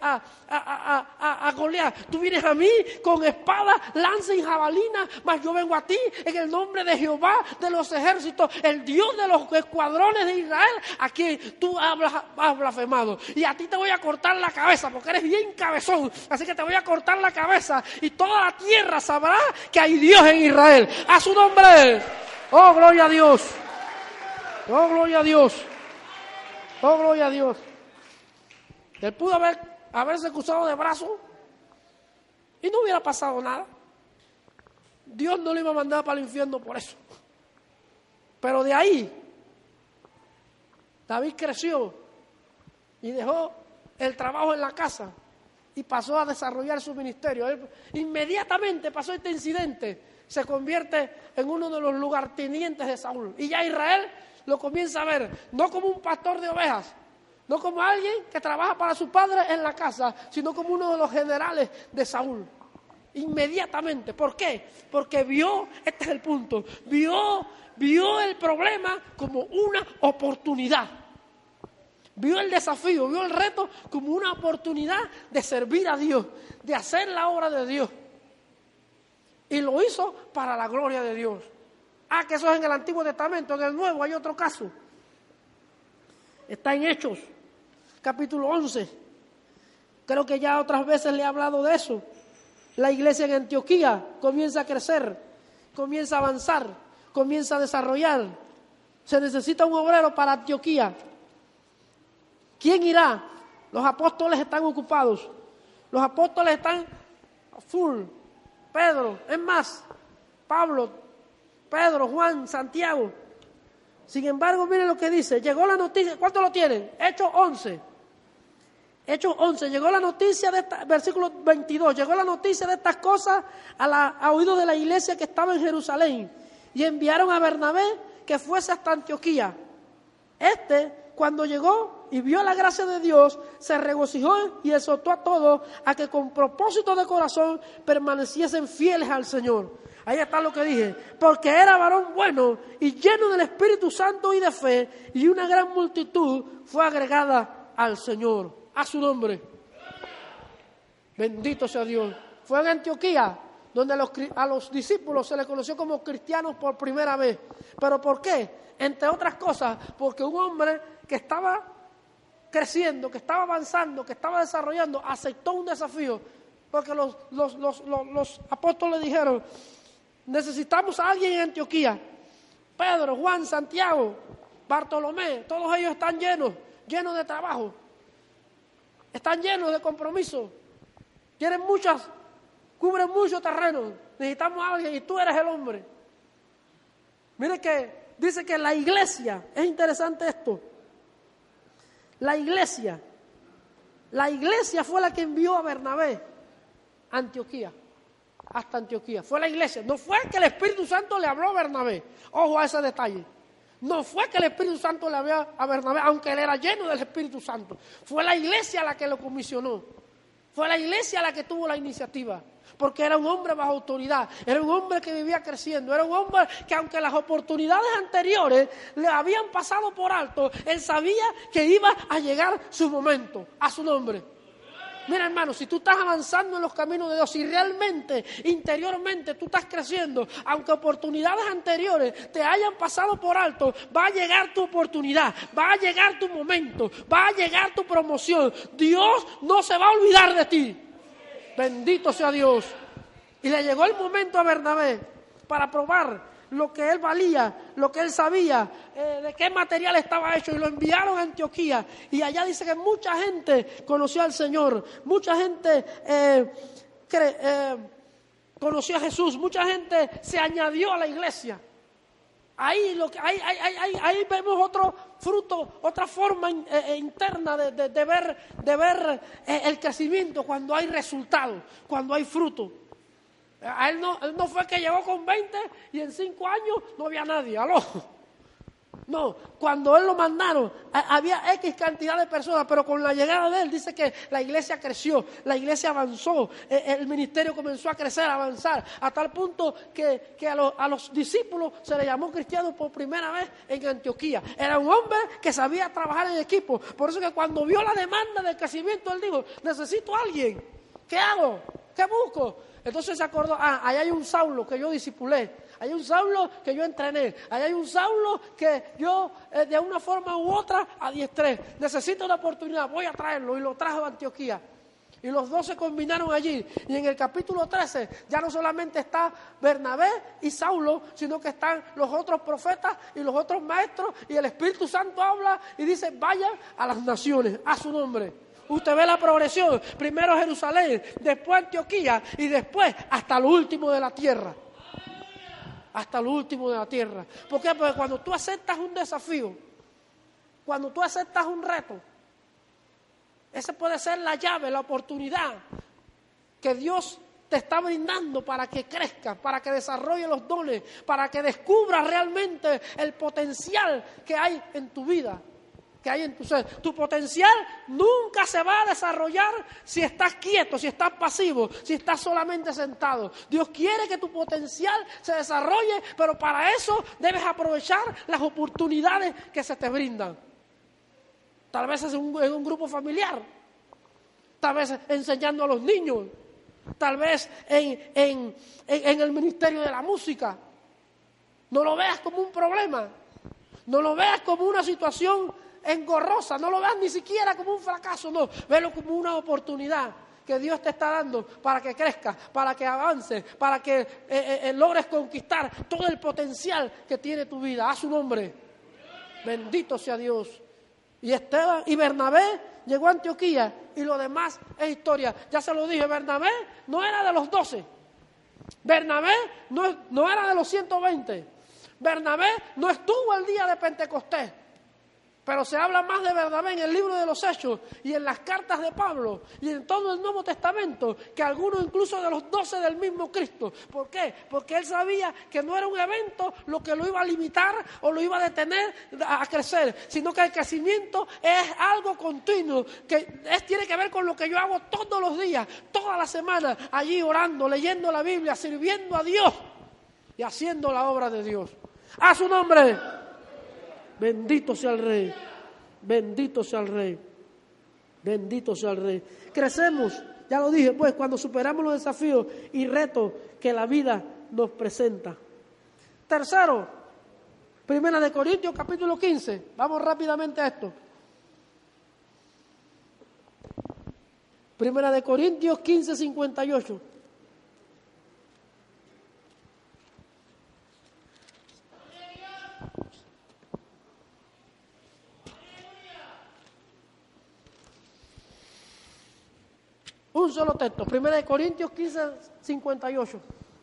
S1: a Goliat, tú vienes a mí con espada, lanza y jabalina, mas yo vengo a ti en el nombre de Jehová de los ejércitos, el Dios de los escuadrones de Israel, a quien tú has blasfemado. Y a ti te voy a cortar la cabeza, porque eres bien cabezón, así que te voy a cortar la cabeza y toda la tierra sabrá que hay Dios en Israel. A su nombre. Oh, gloria a Dios. Oh, gloria a Dios. Oh, gloria a Dios. Él pudo haberse cruzado de brazos y no hubiera pasado nada. Dios no le iba a mandar para el infierno por eso. Pero de ahí, David creció y dejó el trabajo en la casa y pasó a desarrollar su ministerio. Él inmediatamente pasó este incidente, se convierte en uno de los lugartenientes de Saúl. Y ya Israel lo comienza a ver, no como un pastor de ovejas, no como alguien que trabaja para su padre en la casa, sino como uno de los generales de Saúl. Inmediatamente. ¿Por qué? Porque vio, este es el punto, vio el problema como una oportunidad. Vio el desafío, vio el reto como una oportunidad de servir a Dios, de hacer la obra de Dios. Y lo hizo para la gloria de Dios. Que eso es en el Antiguo Testamento. En el Nuevo hay otro caso. Está en Hechos, capítulo 11. Creo que ya otras veces le he hablado de eso. La iglesia en Antioquía comienza a crecer, comienza a avanzar, comienza a desarrollar. Se necesita un obrero para Antioquía. ¿Quién irá? Los apóstoles están ocupados. Los apóstoles están full. Pedro, es más, Pablo, Pedro, Juan, Santiago. Sin embargo, miren lo que dice. Llegó la noticia. ¿Cuánto lo tienen? Hechos 11. Hechos 11. Llegó la noticia de versículo 22. Llegó la noticia de estas cosas a oídos de la iglesia que estaba en Jerusalén. Y enviaron a Bernabé que fuese hasta Antioquía. Cuando llegó y vio la gracia de Dios, se regocijó y exhortó a todos a que con propósito de corazón permaneciesen fieles al Señor. Ahí está lo que dije. Porque era varón bueno y lleno del Espíritu Santo y de fe, y una gran multitud fue agregada al Señor. A su nombre. Bendito sea Dios. Fue en Antioquía donde a los discípulos se les conoció como cristianos por primera vez. ¿Pero por qué? Entre otras cosas, porque un hombre que estaba creciendo, que estaba avanzando, que estaba desarrollando, aceptó un desafío. Porque los apóstoles dijeron, necesitamos a alguien en Antioquía. Pedro, Juan, Santiago, Bartolomé, todos ellos están llenos de trabajo. Están llenos de compromiso. Cubren mucho terreno. Necesitamos a alguien y tú eres el hombre. Mire que dice que la iglesia, es interesante esto. La iglesia fue la que envió a Bernabé a Antioquía. Hasta Antioquía. Fue la iglesia. No fue que el Espíritu Santo le habló a Bernabé. Ojo a ese detalle. No fue que el Espíritu Santo le habló a Bernabé, aunque él era lleno del Espíritu Santo. Fue la iglesia la que lo comisionó. Fue la iglesia la que tuvo la iniciativa. Porque era un hombre bajo autoridad. Era un hombre que vivía creciendo. Era un hombre que, aunque las oportunidades anteriores le habían pasado por alto, él sabía que iba a llegar su momento. A su nombre. Mira, hermano, si tú estás avanzando en los caminos de Dios, si realmente, interiormente, tú estás creciendo, aunque oportunidades anteriores te hayan pasado por alto, va a llegar tu oportunidad, va a llegar tu momento, va a llegar tu promoción. Dios no se va a olvidar de ti. Bendito sea Dios. Y le llegó el momento a Bernabé para probar lo que él valía, lo que él sabía, de qué material estaba hecho, y lo enviaron a Antioquía. Y allá dice que mucha gente conoció al Señor, mucha gente conoció a Jesús, mucha gente se añadió a la iglesia. Ahí vemos otro fruto, otra forma interna de ver el crecimiento, cuando hay resultados, cuando hay fruto. Él no fue que llegó con 20 y en 5 años no había nadie. ¡Aló! No, cuando él lo mandaron, había X cantidad de personas, pero con la llegada de él dice que la iglesia creció, la iglesia avanzó, el ministerio comenzó a crecer, a avanzar, a tal punto que a los discípulos se le llamó cristianos por primera vez en Antioquía. Era un hombre que sabía trabajar en equipo. Por eso que cuando vio la demanda del crecimiento, él dijo, necesito a alguien. ¿Qué hago? ¿Qué busco? Entonces se acordó, ahí hay un Saulo que yo discipulé, hay un Saulo que yo entrené, ahí hay un Saulo que yo de una forma u otra adiestré. Necesito una oportunidad, voy a traerlo, y lo trajo a Antioquía. Y los dos se combinaron allí. Y en el capítulo 13 ya no solamente está Bernabé y Saulo, sino que están los otros profetas y los otros maestros, y el Espíritu Santo habla y dice, vayan a las naciones, a su nombre. Usted ve la progresión, primero Jerusalén, después Antioquía y después hasta lo último de la tierra. hasta lo último de la tierra. ¿Por qué? Porque cuando tú aceptas un desafío, cuando tú aceptas un reto, esa puede ser la llave, la oportunidad que Dios te está brindando para que crezcas, para que desarrolles los dones, para que descubras realmente el potencial que hay en tu vida, que hay en tu ser. Tu potencial nunca se va a desarrollar si estás quieto, si estás pasivo, si estás solamente sentado. Dios quiere que tu potencial se desarrolle, pero para eso debes aprovechar las oportunidades que se te brindan. Tal vez es en un grupo familiar, tal vez enseñando a los niños, tal vez en el ministerio de la música. No lo veas como un problema, no lo veas como una situación engorrosa, no lo veas ni siquiera como un fracaso, no, velo como una oportunidad que Dios te está dando para que crezcas, para que avances, para que logres conquistar todo el potencial que tiene tu vida. A su nombre, bendito sea Dios. Y Esteban y Bernabé llegó a Antioquía y lo demás es historia. Ya se lo dije, Bernabé no era de los 12. Bernabé no era de los 120. Bernabé no estuvo el día de Pentecostés. Pero se habla más de Bernabé en el libro de los Hechos y en las cartas de Pablo y en todo el Nuevo Testamento que algunos incluso de los 12 del mismo Cristo. ¿Por qué? Porque él sabía que no era un evento lo que lo iba a limitar o lo iba a detener a crecer, sino que el crecimiento es algo continuo, que tiene que ver con lo que yo hago todos los días, toda la semana, allí orando, leyendo la Biblia, sirviendo a Dios y haciendo la obra de Dios. ¡A su nombre! Bendito sea el Rey, bendito sea el Rey, bendito sea el Rey. Crecemos, ya lo dije, pues, cuando superamos los desafíos y retos que la vida nos presenta. Tercero, 1 Corintios capítulo 15, vamos rápidamente a esto. 1 Corintios 15, 58. Un solo texto, 1 Corintios 15, 58.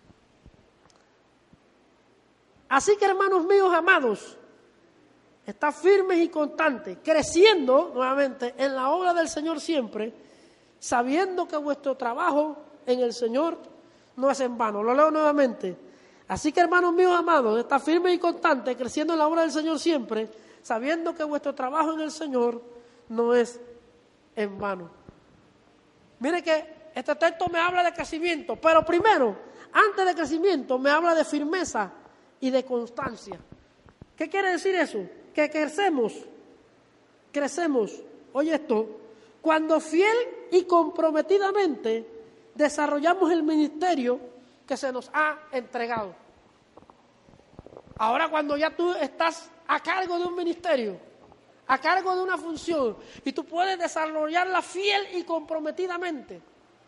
S1: Así que, hermanos míos amados, estad firmes y constantes, creciendo nuevamente en la obra del Señor siempre, sabiendo que vuestro trabajo en el Señor no es en vano. Lo leo nuevamente. Así que, hermanos míos amados, estad firmes y constantes, creciendo en la obra del Señor siempre, sabiendo que vuestro trabajo en el Señor no es en vano. Mire que este texto me habla de crecimiento, pero primero, antes de crecimiento, me habla de firmeza y de constancia. ¿Qué quiere decir eso? Que crecemos, oye esto, cuando fiel y comprometidamente desarrollamos el ministerio que se nos ha entregado. Ahora, cuando ya tú estás a cargo de un ministerio, a cargo de una función, y tú puedes desarrollarla fiel y comprometidamente,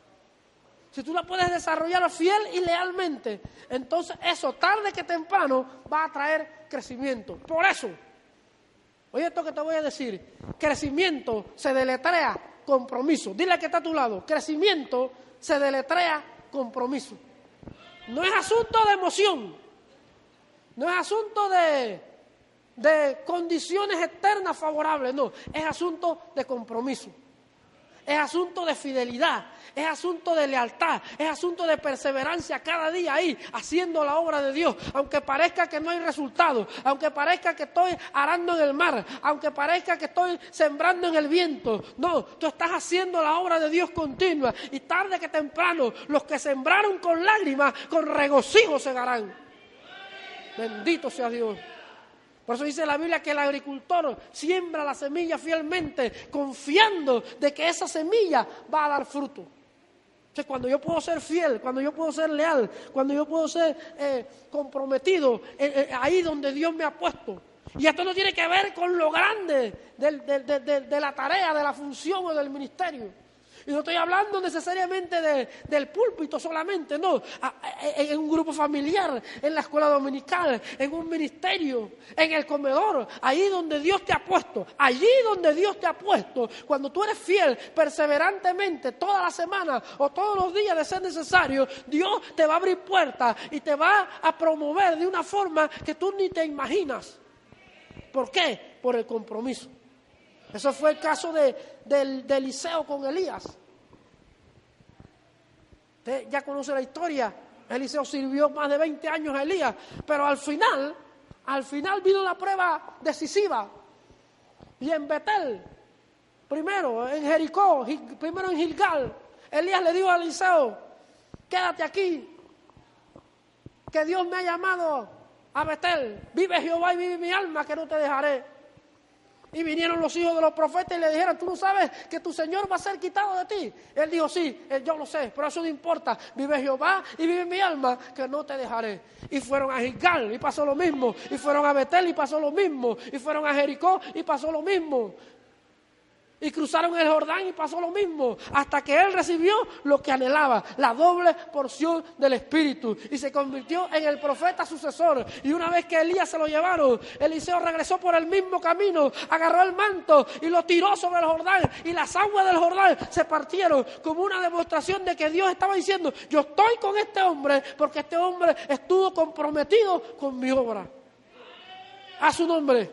S1: si tú la puedes desarrollar fiel y lealmente, entonces eso, tarde que temprano, va a traer crecimiento. Por eso, oye esto que te voy a decir, crecimiento se deletrea compromiso. Dile al que está a tu lado, crecimiento se deletrea compromiso. No es asunto de emoción, no es asunto de condiciones externas favorables, no, es asunto de compromiso, es asunto de fidelidad, es asunto de lealtad, es asunto de perseverancia cada día ahí, haciendo la obra de Dios, aunque parezca que no hay resultado, aunque parezca que estoy arando en el mar, aunque parezca que estoy sembrando en el viento, no, tú estás haciendo la obra de Dios continua, y tarde que temprano, los que sembraron con lágrimas, con regocijo segarán. Bendito sea Dios. Por eso dice la Biblia que el agricultor siembra la semilla fielmente, confiando de que esa semilla va a dar fruto. Entonces, cuando yo puedo ser fiel, cuando yo puedo ser leal, cuando yo puedo ser comprometido, ahí donde Dios me ha puesto. Y esto no tiene que ver con lo grande de la tarea, de la función o del ministerio, Y no estoy hablando necesariamente del púlpito solamente, no. En un grupo familiar, en la escuela dominical, en un ministerio, en el comedor, ahí donde Dios te ha puesto. Allí donde Dios te ha puesto, cuando tú eres fiel, perseverantemente, toda la semana o todos los días de ser necesario, Dios te va a abrir puertas y te va a promover de una forma que tú ni te imaginas. ¿Por qué? Por el compromiso. Eso fue el caso de Eliseo con Elías. Usted ya conoce la historia. Eliseo sirvió más de 20 años a Elías, pero al final vino la prueba decisiva. Y en Betel, primero en Jericó, primero en Gilgal, Elías le dijo a Eliseo: quédate aquí, que Dios me ha llamado a Betel. Vive Jehová y vive mi alma, que no te dejaré. Y vinieron los hijos de los profetas y le dijeron: ¿tú no sabes que tu Señor va a ser quitado de ti? Él dijo: sí, yo lo sé, pero eso no importa. Vive Jehová y vive mi alma, que no te dejaré. Y fueron a Gilgal y pasó lo mismo. Y fueron a Betel y pasó lo mismo. Y fueron a Jericó y pasó lo mismo. Y cruzaron el Jordán y pasó lo mismo, hasta que él recibió lo que anhelaba, la doble porción del Espíritu, y se convirtió en el profeta sucesor. Y una vez que Elías se lo llevaron, Eliseo regresó por el mismo camino, agarró el manto y lo tiró sobre el Jordán, y las aguas del Jordán se partieron como una demostración de que Dios estaba diciendo: yo estoy con este hombre porque este hombre estuvo comprometido con mi obra. A su nombre.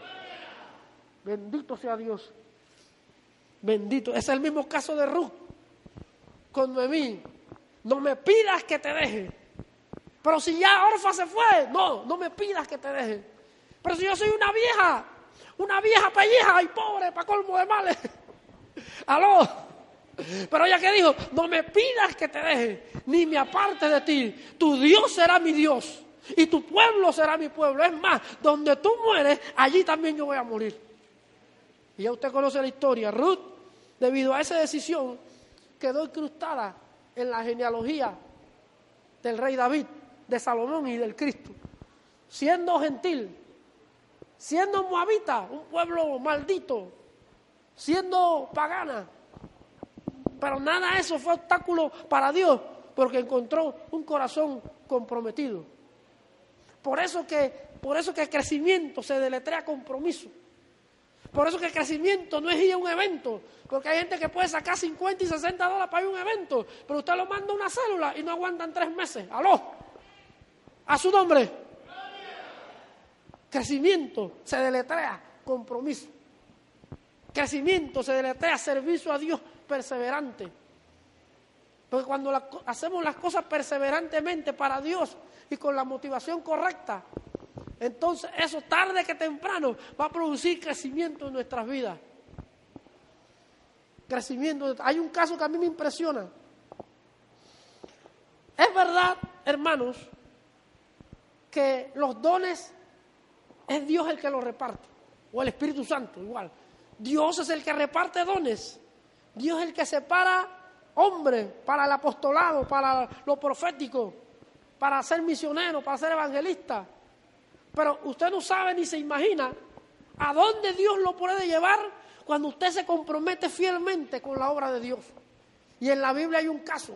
S1: Bendito sea Dios. Bendito. Es el mismo caso de Ruth con Noemí. No me pidas que te deje. Pero si ya Orfa se fue, no me pidas que te deje. Pero si yo soy una vieja pelleja y pobre para colmo de males. Aló. Pero ella que dijo: no me pidas que te deje, ni me apartes de ti. Tu Dios será mi Dios y tu pueblo será mi pueblo. Es más, donde tú mueres, allí también yo voy a morir. Y ya usted conoce la historia. Ruth, debido a esa decisión, quedó incrustada en la genealogía del rey David, de Salomón y del Cristo. Siendo gentil, siendo moabita, un pueblo maldito, siendo pagana. Pero nada de eso fue obstáculo para Dios, porque encontró un corazón comprometido. Por eso que el crecimiento se deletrea compromiso. Por eso que el crecimiento no es ir a un evento, porque hay gente que puede sacar 50 y 60 dólares para ir a un evento, pero usted lo manda a una célula y no aguantan 3 meses. ¡Aló! A su nombre. Crecimiento se deletrea compromiso. Crecimiento se deletrea servicio a Dios perseverante. Porque cuando hacemos las cosas perseverantemente para Dios y con la motivación correcta, entonces eso tarde que temprano va a producir crecimiento en nuestras vidas. Crecimiento. Hay un caso que a mí me impresiona. Es verdad, hermanos, que los dones es Dios el que los reparte, o el Espíritu Santo igual. Dios es el que reparte dones. Dios es el que separa hombres para el apostolado, para lo profético, para ser misionero, para ser evangelista. Pero usted no sabe ni se imagina a dónde Dios lo puede llevar cuando usted se compromete fielmente con la obra de Dios. Y en la Biblia hay un caso.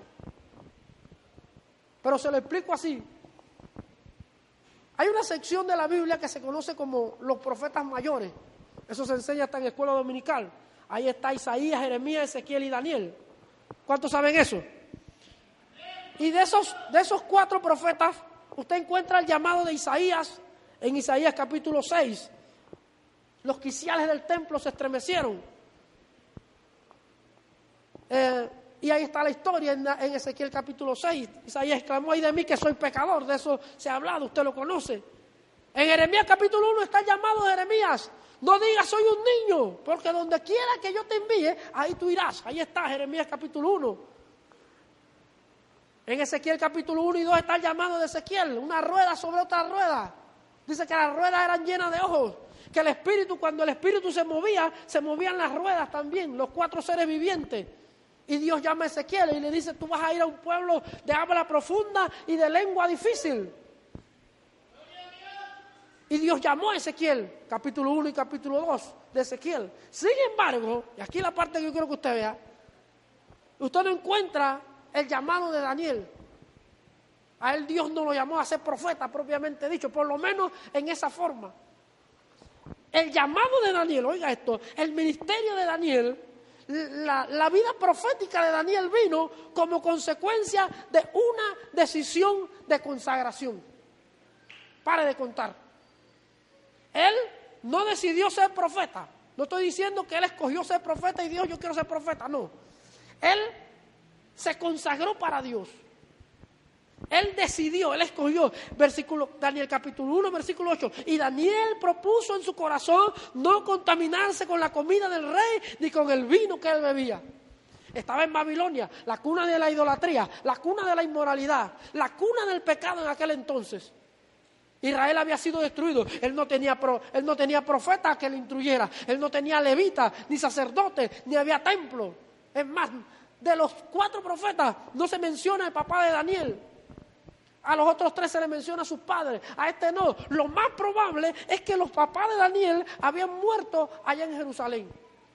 S1: Pero se lo explico así. Hay una sección de la Biblia que se conoce como los profetas mayores. Eso se enseña hasta en la escuela dominical. Ahí está Isaías, Jeremías, Ezequiel y Daniel. ¿Cuántos saben eso? Y de esos 4 profetas, usted encuentra el llamado de Isaías. En Isaías capítulo 6, los quiciales del templo se estremecieron. Y ahí está la historia en Ezequiel capítulo 6. Isaías exclamó: ay de mí que soy pecador. De eso se ha hablado, usted lo conoce. En Jeremías capítulo 1 está el llamado de Jeremías: no digas soy un niño, porque donde quiera que yo te envíe, ahí tú irás. Ahí está Jeremías capítulo 1. En Ezequiel capítulo 1 y 2 está el llamado de Ezequiel: una rueda sobre otra rueda. Dice que las ruedas eran llenas de ojos, que el espíritu, cuando el espíritu se movían las ruedas también, los 4 seres vivientes. Y Dios llama a Ezequiel y le dice: tú vas a ir a un pueblo de habla profunda y de lengua difícil. Y Dios llamó a Ezequiel, capítulo 1 y capítulo 2 de Ezequiel. Sin embargo, y aquí la parte que yo quiero que usted vea, usted no encuentra el llamado de Daniel. A él Dios no lo llamó a ser profeta propiamente dicho, por lo menos en esa forma. El llamado de Daniel, oiga esto, el ministerio de Daniel, la vida profética de Daniel vino como consecuencia de una decisión de consagración. Pare de contar. Él no decidió ser profeta. No estoy diciendo que él escogió ser profeta y dijo yo quiero ser profeta, no. Él se consagró para Dios. Él decidió, él escogió, Daniel capítulo 1, versículo 8. Y Daniel propuso en su corazón no contaminarse con la comida del rey ni con el vino que él bebía. Estaba en Babilonia, la cuna de la idolatría, la cuna de la inmoralidad, la cuna del pecado en aquel entonces. Israel había sido destruido. Él no tenía profeta que le instruyera. Él no tenía levita, ni sacerdote, ni había templo. Es más, de los 4 profetas no se menciona el papá de Daniel. A los otros 3 se le menciona a sus padres, a este no. Lo más probable es que los papás de Daniel habían muerto allá en Jerusalén.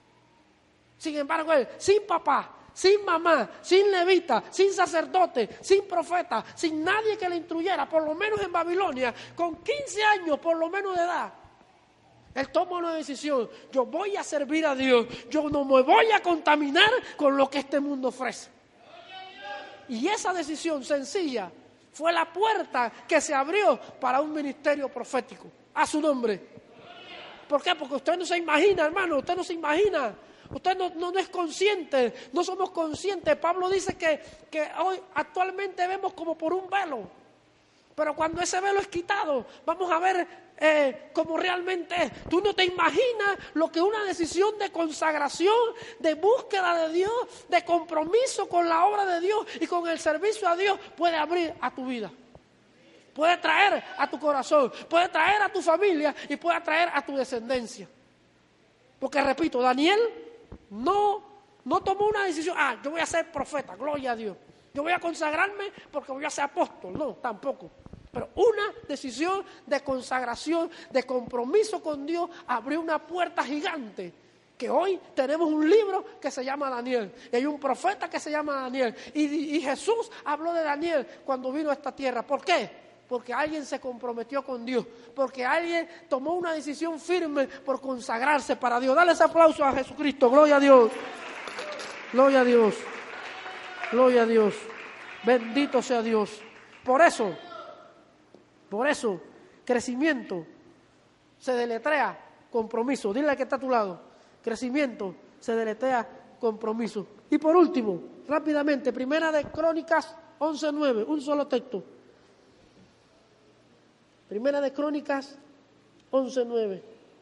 S1: Sin embargo, él, sin papá, sin mamá, sin levita, sin sacerdote, sin profeta, sin nadie que le instruyera, por lo menos en Babilonia, con 15 años por lo menos de edad, él toma una decisión: yo voy a servir a Dios, yo no me voy a contaminar con lo que este mundo ofrece. Y esa decisión sencilla fue la puerta que se abrió para un ministerio profético. A su nombre. ¿Por qué? Porque usted no se imagina, hermano, usted no se imagina. Usted no es consciente, no somos conscientes. Pablo dice que hoy actualmente vemos como por un velo. Pero cuando ese velo es quitado, vamos a ver cómo realmente es. Tú no te imaginas lo que una decisión de consagración, de búsqueda de Dios, de compromiso con la obra de Dios y con el servicio a Dios puede abrir a tu vida. Puede traer a tu corazón, puede traer a tu familia y puede traer a tu descendencia. Porque repito, Daniel no tomó una decisión: yo voy a ser profeta, gloria a Dios. Yo voy a consagrarme porque voy a ser apóstol. No, tampoco. Pero una decisión de consagración, de compromiso con Dios, abrió una puerta gigante. Que hoy tenemos un libro que se llama Daniel. Y hay un profeta que se llama Daniel. Y Jesús habló de Daniel cuando vino a esta tierra. ¿Por qué? Porque alguien se comprometió con Dios. Porque alguien tomó una decisión firme por consagrarse para Dios. Dale ese aplauso a Jesucristo. Gloria a Dios. Gloria a Dios. Gloria a Dios. Bendito sea Dios. Por eso, crecimiento se deletrea compromiso. Dile al que está a tu lado. Crecimiento se deletrea compromiso. Y por último, rápidamente, Primera de Crónicas 11:9, un solo texto. Primera de Crónicas 11:9.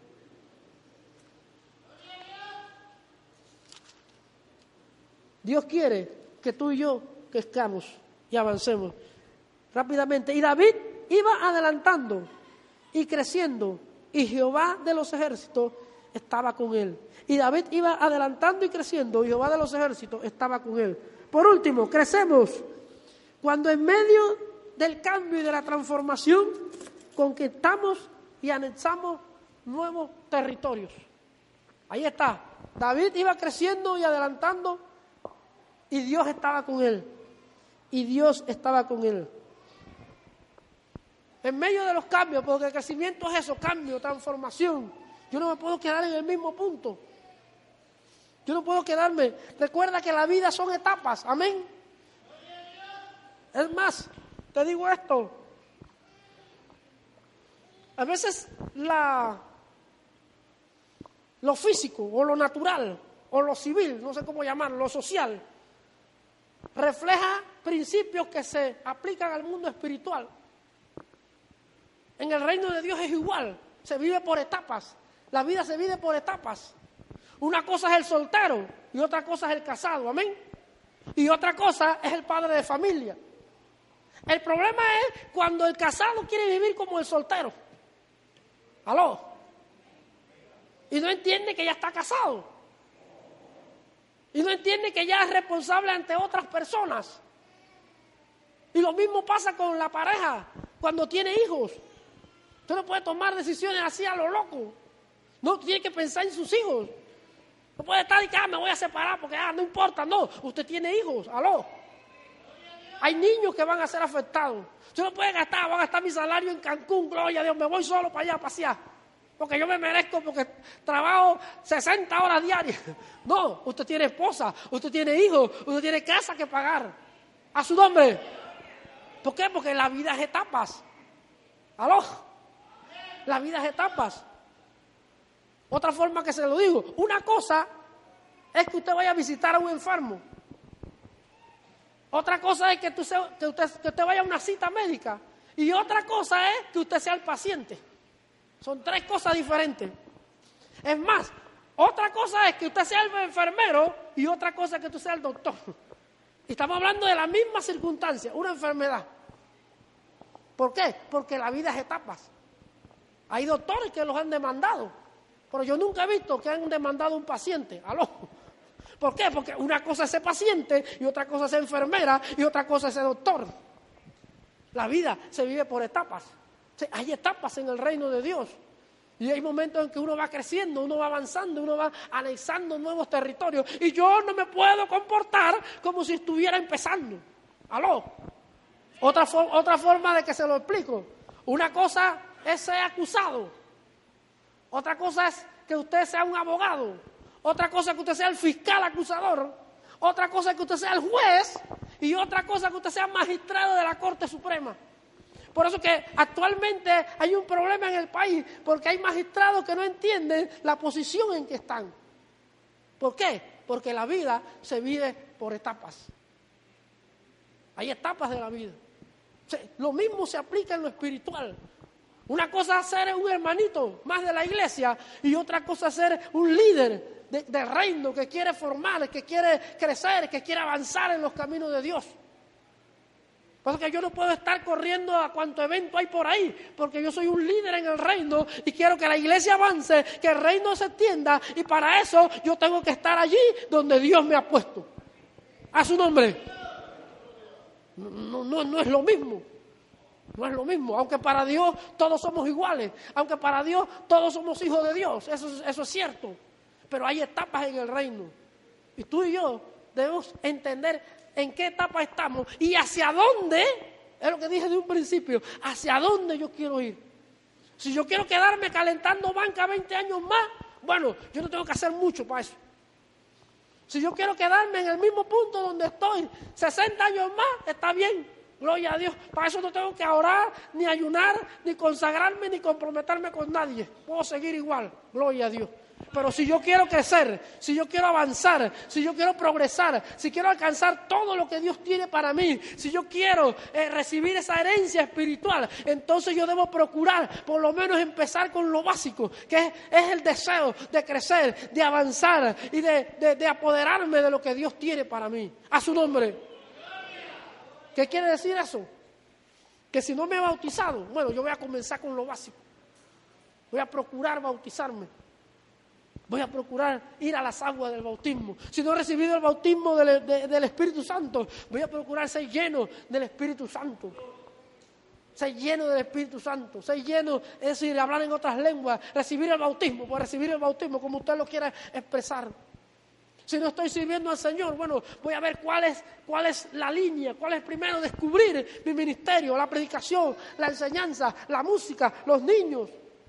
S1: Dios quiere que tú y yo crezcamos y avancemos rápidamente. Y David iba adelantando y creciendo, y Jehová de los ejércitos estaba con él. Y David iba adelantando y creciendo, y Jehová de los ejércitos estaba con él. Por último, crecemos cuando en medio del cambio y de la transformación conquistamos y anexamos nuevos territorios. Ahí está. David iba creciendo y adelantando, y Dios estaba con él. Y Dios estaba con él. En medio de los cambios, porque el crecimiento es eso, cambio, transformación. Yo no me puedo quedar en el mismo punto. Yo no puedo quedarme. Recuerda que la vida son etapas, amén. Es más, te digo esto. A veces lo físico o lo natural o lo civil, no sé cómo llamarlo, lo social, refleja principios que se aplican al mundo espiritual. En el reino de Dios es igual, se vive por etapas, la vida se vive por etapas. Una cosa es el soltero y otra cosa es el casado, amén. Y otra cosa es el padre de familia. El problema es cuando el casado quiere vivir como el soltero. ¿Aló? Y no entiende que ya está casado. Y no entiende que ya es responsable ante otras personas. Y lo mismo pasa con la pareja cuando tiene hijos. Usted no puede tomar decisiones así a lo loco. No, tiene que pensar en sus hijos. No puede estar y que me voy a separar porque no importa. No, usted tiene hijos, aló. Hay niños que van a ser afectados. Usted no puede gastar, voy a gastar mi salario en Cancún, gloria a Dios, me voy solo para allá a pasear. Porque yo me merezco, porque trabajo 60 horas diarias. No, usted tiene esposa, usted tiene hijos, usted tiene casa que pagar. A su nombre. ¿Por qué? Porque la vida es etapas. ¿Aló? La vida es etapas. Otra forma que se lo digo. Una cosa es que usted vaya a visitar a un enfermo. Otra cosa es que usted vaya a una cita médica. Y otra cosa es que usted sea el paciente. Son tres cosas diferentes. Es más, otra cosa es que usted sea el enfermero y otra cosa es que usted sea el doctor. Y estamos hablando de la misma circunstancia, una enfermedad. ¿Por qué? Porque la vida es etapas. Hay doctores que los han demandado, pero yo nunca he visto que han demandado a un paciente. ¿Aló? ¿Por qué? Porque una cosa es ser paciente y otra cosa es ser enfermera y otra cosa es ser doctor. La vida se vive por etapas. Hay etapas en el reino de Dios. Y hay momentos en que uno va creciendo, uno va avanzando, uno va anexando nuevos territorios. Y yo no me puedo comportar como si estuviera empezando. ¿Aló? Otra forma de que se lo explico. Una cosa es ser acusado. Otra cosa es que usted sea un abogado. Otra cosa es que usted sea el fiscal acusador. Otra cosa es que usted sea el juez. Y otra cosa es que usted sea magistrado de la Corte Suprema. Por eso que actualmente hay un problema en el país, porque hay magistrados que no entienden la posición en que están. ¿Por qué? Porque la vida se vive por etapas. Hay etapas de la vida. Lo mismo se aplica en lo espiritual. Una cosa es ser un hermanito más de la iglesia y otra cosa es ser un líder de reino que quiere formar, que quiere crecer, que quiere avanzar en los caminos de Dios. Porque yo no puedo estar corriendo a cuanto evento hay por ahí, porque yo soy un líder en el reino y quiero que la iglesia avance, que el reino se extienda, y para eso yo tengo que estar allí donde Dios me ha puesto. A su nombre. No es lo mismo. No es lo mismo, aunque para Dios todos somos iguales, aunque para Dios todos somos hijos de Dios, eso es cierto, pero hay etapas en el reino, y tú y yo debemos entender en qué etapa estamos y hacia dónde, es lo que dije de un principio, hacia dónde yo quiero ir. Si yo quiero quedarme calentando banca 20 años más, bueno, yo no tengo que hacer mucho para eso. Si yo quiero quedarme en el mismo punto donde estoy 60 años más, está bien, gloria a Dios. Para eso no tengo que orar, ni ayunar, ni consagrarme, ni comprometerme con nadie. Puedo seguir igual, gloria a Dios. Pero si yo quiero crecer, si yo quiero avanzar, si yo quiero progresar, si quiero alcanzar todo lo que Dios tiene para mí, si yo quiero recibir esa herencia espiritual, entonces yo debo procurar por lo menos empezar con lo básico, que es el deseo de crecer, de avanzar y de apoderarme de lo que Dios tiene para mí. A su nombre. ¿Qué quiere decir eso? Que si no me he bautizado, bueno, yo voy a comenzar con lo básico. Voy a procurar bautizarme. Voy a procurar ir a las aguas del bautismo. Si no he recibido el bautismo del Espíritu Santo, voy a procurar ser lleno del Espíritu Santo. Ser lleno del Espíritu Santo. Ser lleno, es decir, hablar en otras lenguas. Recibir el bautismo, pues recibir el bautismo como usted lo quiera expresar. Si no estoy sirviendo al Señor, bueno, voy a ver cuál es la línea, cuál es primero descubrir mi ministerio, la predicación, la enseñanza, la música, los niños.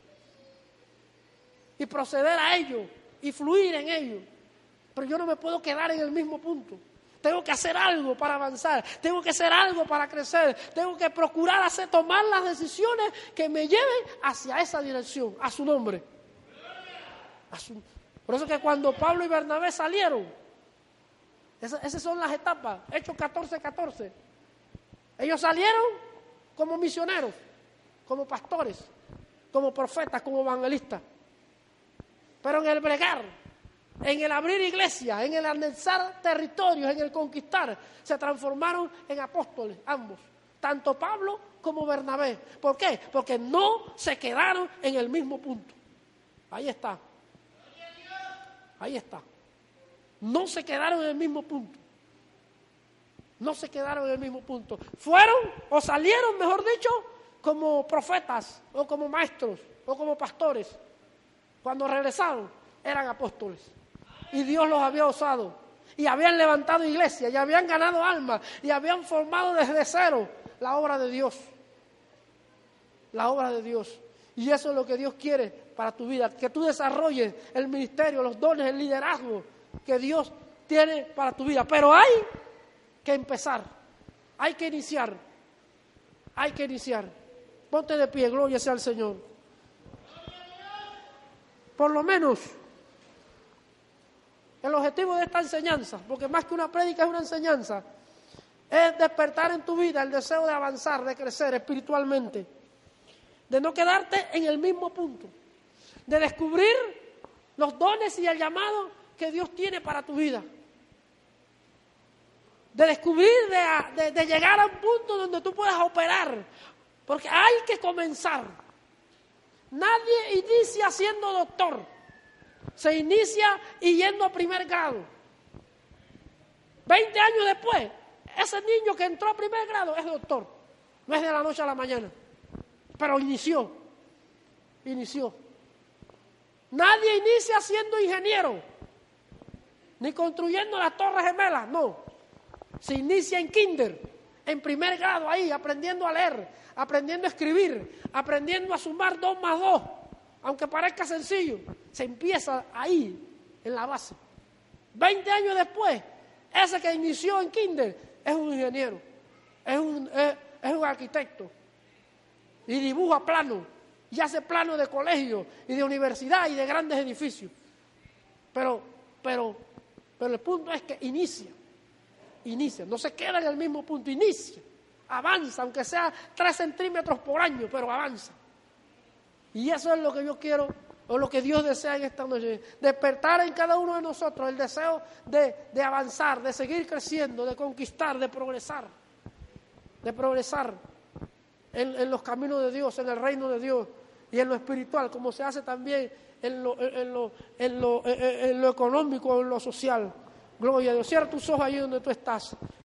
S1: Y proceder a ello, y fluir en ello. Pero yo no me puedo quedar en el mismo punto. Tengo que hacer algo para avanzar, tengo que hacer algo para crecer, tengo que procurar tomar las decisiones que me lleven hacia esa dirección, a su nombre. Por eso que cuando Pablo y Bernabé salieron, esas son las etapas, Hechos 14:14. Ellos salieron como misioneros, como pastores, como profetas, como evangelistas. Pero en el bregar, en el abrir iglesias, en el anexar territorios, en el conquistar, se transformaron en apóstoles, ambos, tanto Pablo como Bernabé. ¿Por qué? Porque no se quedaron en el mismo punto. Ahí está. Ahí está. No se quedaron en el mismo punto. No se quedaron en el mismo punto. Fueron o salieron, mejor dicho, como profetas o como maestros o como pastores. Cuando regresaron, eran apóstoles. y Dios los había usado. Y habían levantado iglesias, y habían ganado almas, y habían formado desde cero la obra de Dios. La obra de Dios. Y eso es lo que Dios quiere para tu vida, que tú desarrolles el ministerio, los dones, el liderazgo que Dios tiene para tu vida. Pero hay que empezar, hay que iniciar, hay que iniciar. Ponte de pie, gloria sea al Señor. Por lo menos, el objetivo de esta enseñanza, porque más que una prédica es una enseñanza, es despertar en tu vida el deseo de avanzar, de crecer espiritualmente, de no quedarte en el mismo punto, de descubrir los dones y el llamado que Dios tiene para tu vida, de descubrir, de llegar a un punto donde tú puedas operar, porque hay que comenzar. Nadie inicia siendo doctor, se inicia y yendo a primer grado. 20 años después, ese niño que entró a primer grado es doctor, no es de la noche a la mañana, pero inició. Nadie inicia siendo ingeniero, ni construyendo las Torres Gemelas, no. Se inicia en kinder, en primer grado, ahí, aprendiendo a leer, aprendiendo a escribir, aprendiendo a sumar 2 más 2, aunque parezca sencillo, se empieza ahí, en la base. 20 años después, ese que inició en kinder es un ingeniero, es un arquitecto, y dibuja planos, y hace planos de colegio, y de universidad, y de grandes edificios. Pero el punto es que inicia, no se queda en el mismo punto, inicia, avanza, aunque sea 3 centímetros por año, pero avanza. Y eso es lo que yo quiero, o lo que Dios desea en esta noche, despertar en cada uno de nosotros el deseo de avanzar, de seguir creciendo, de conquistar, de progresar en los caminos de Dios, en el reino de Dios y en lo espiritual, como se hace también en lo económico, en lo social. Gloria a Dios. Cierra tus ojos ahí donde tú estás.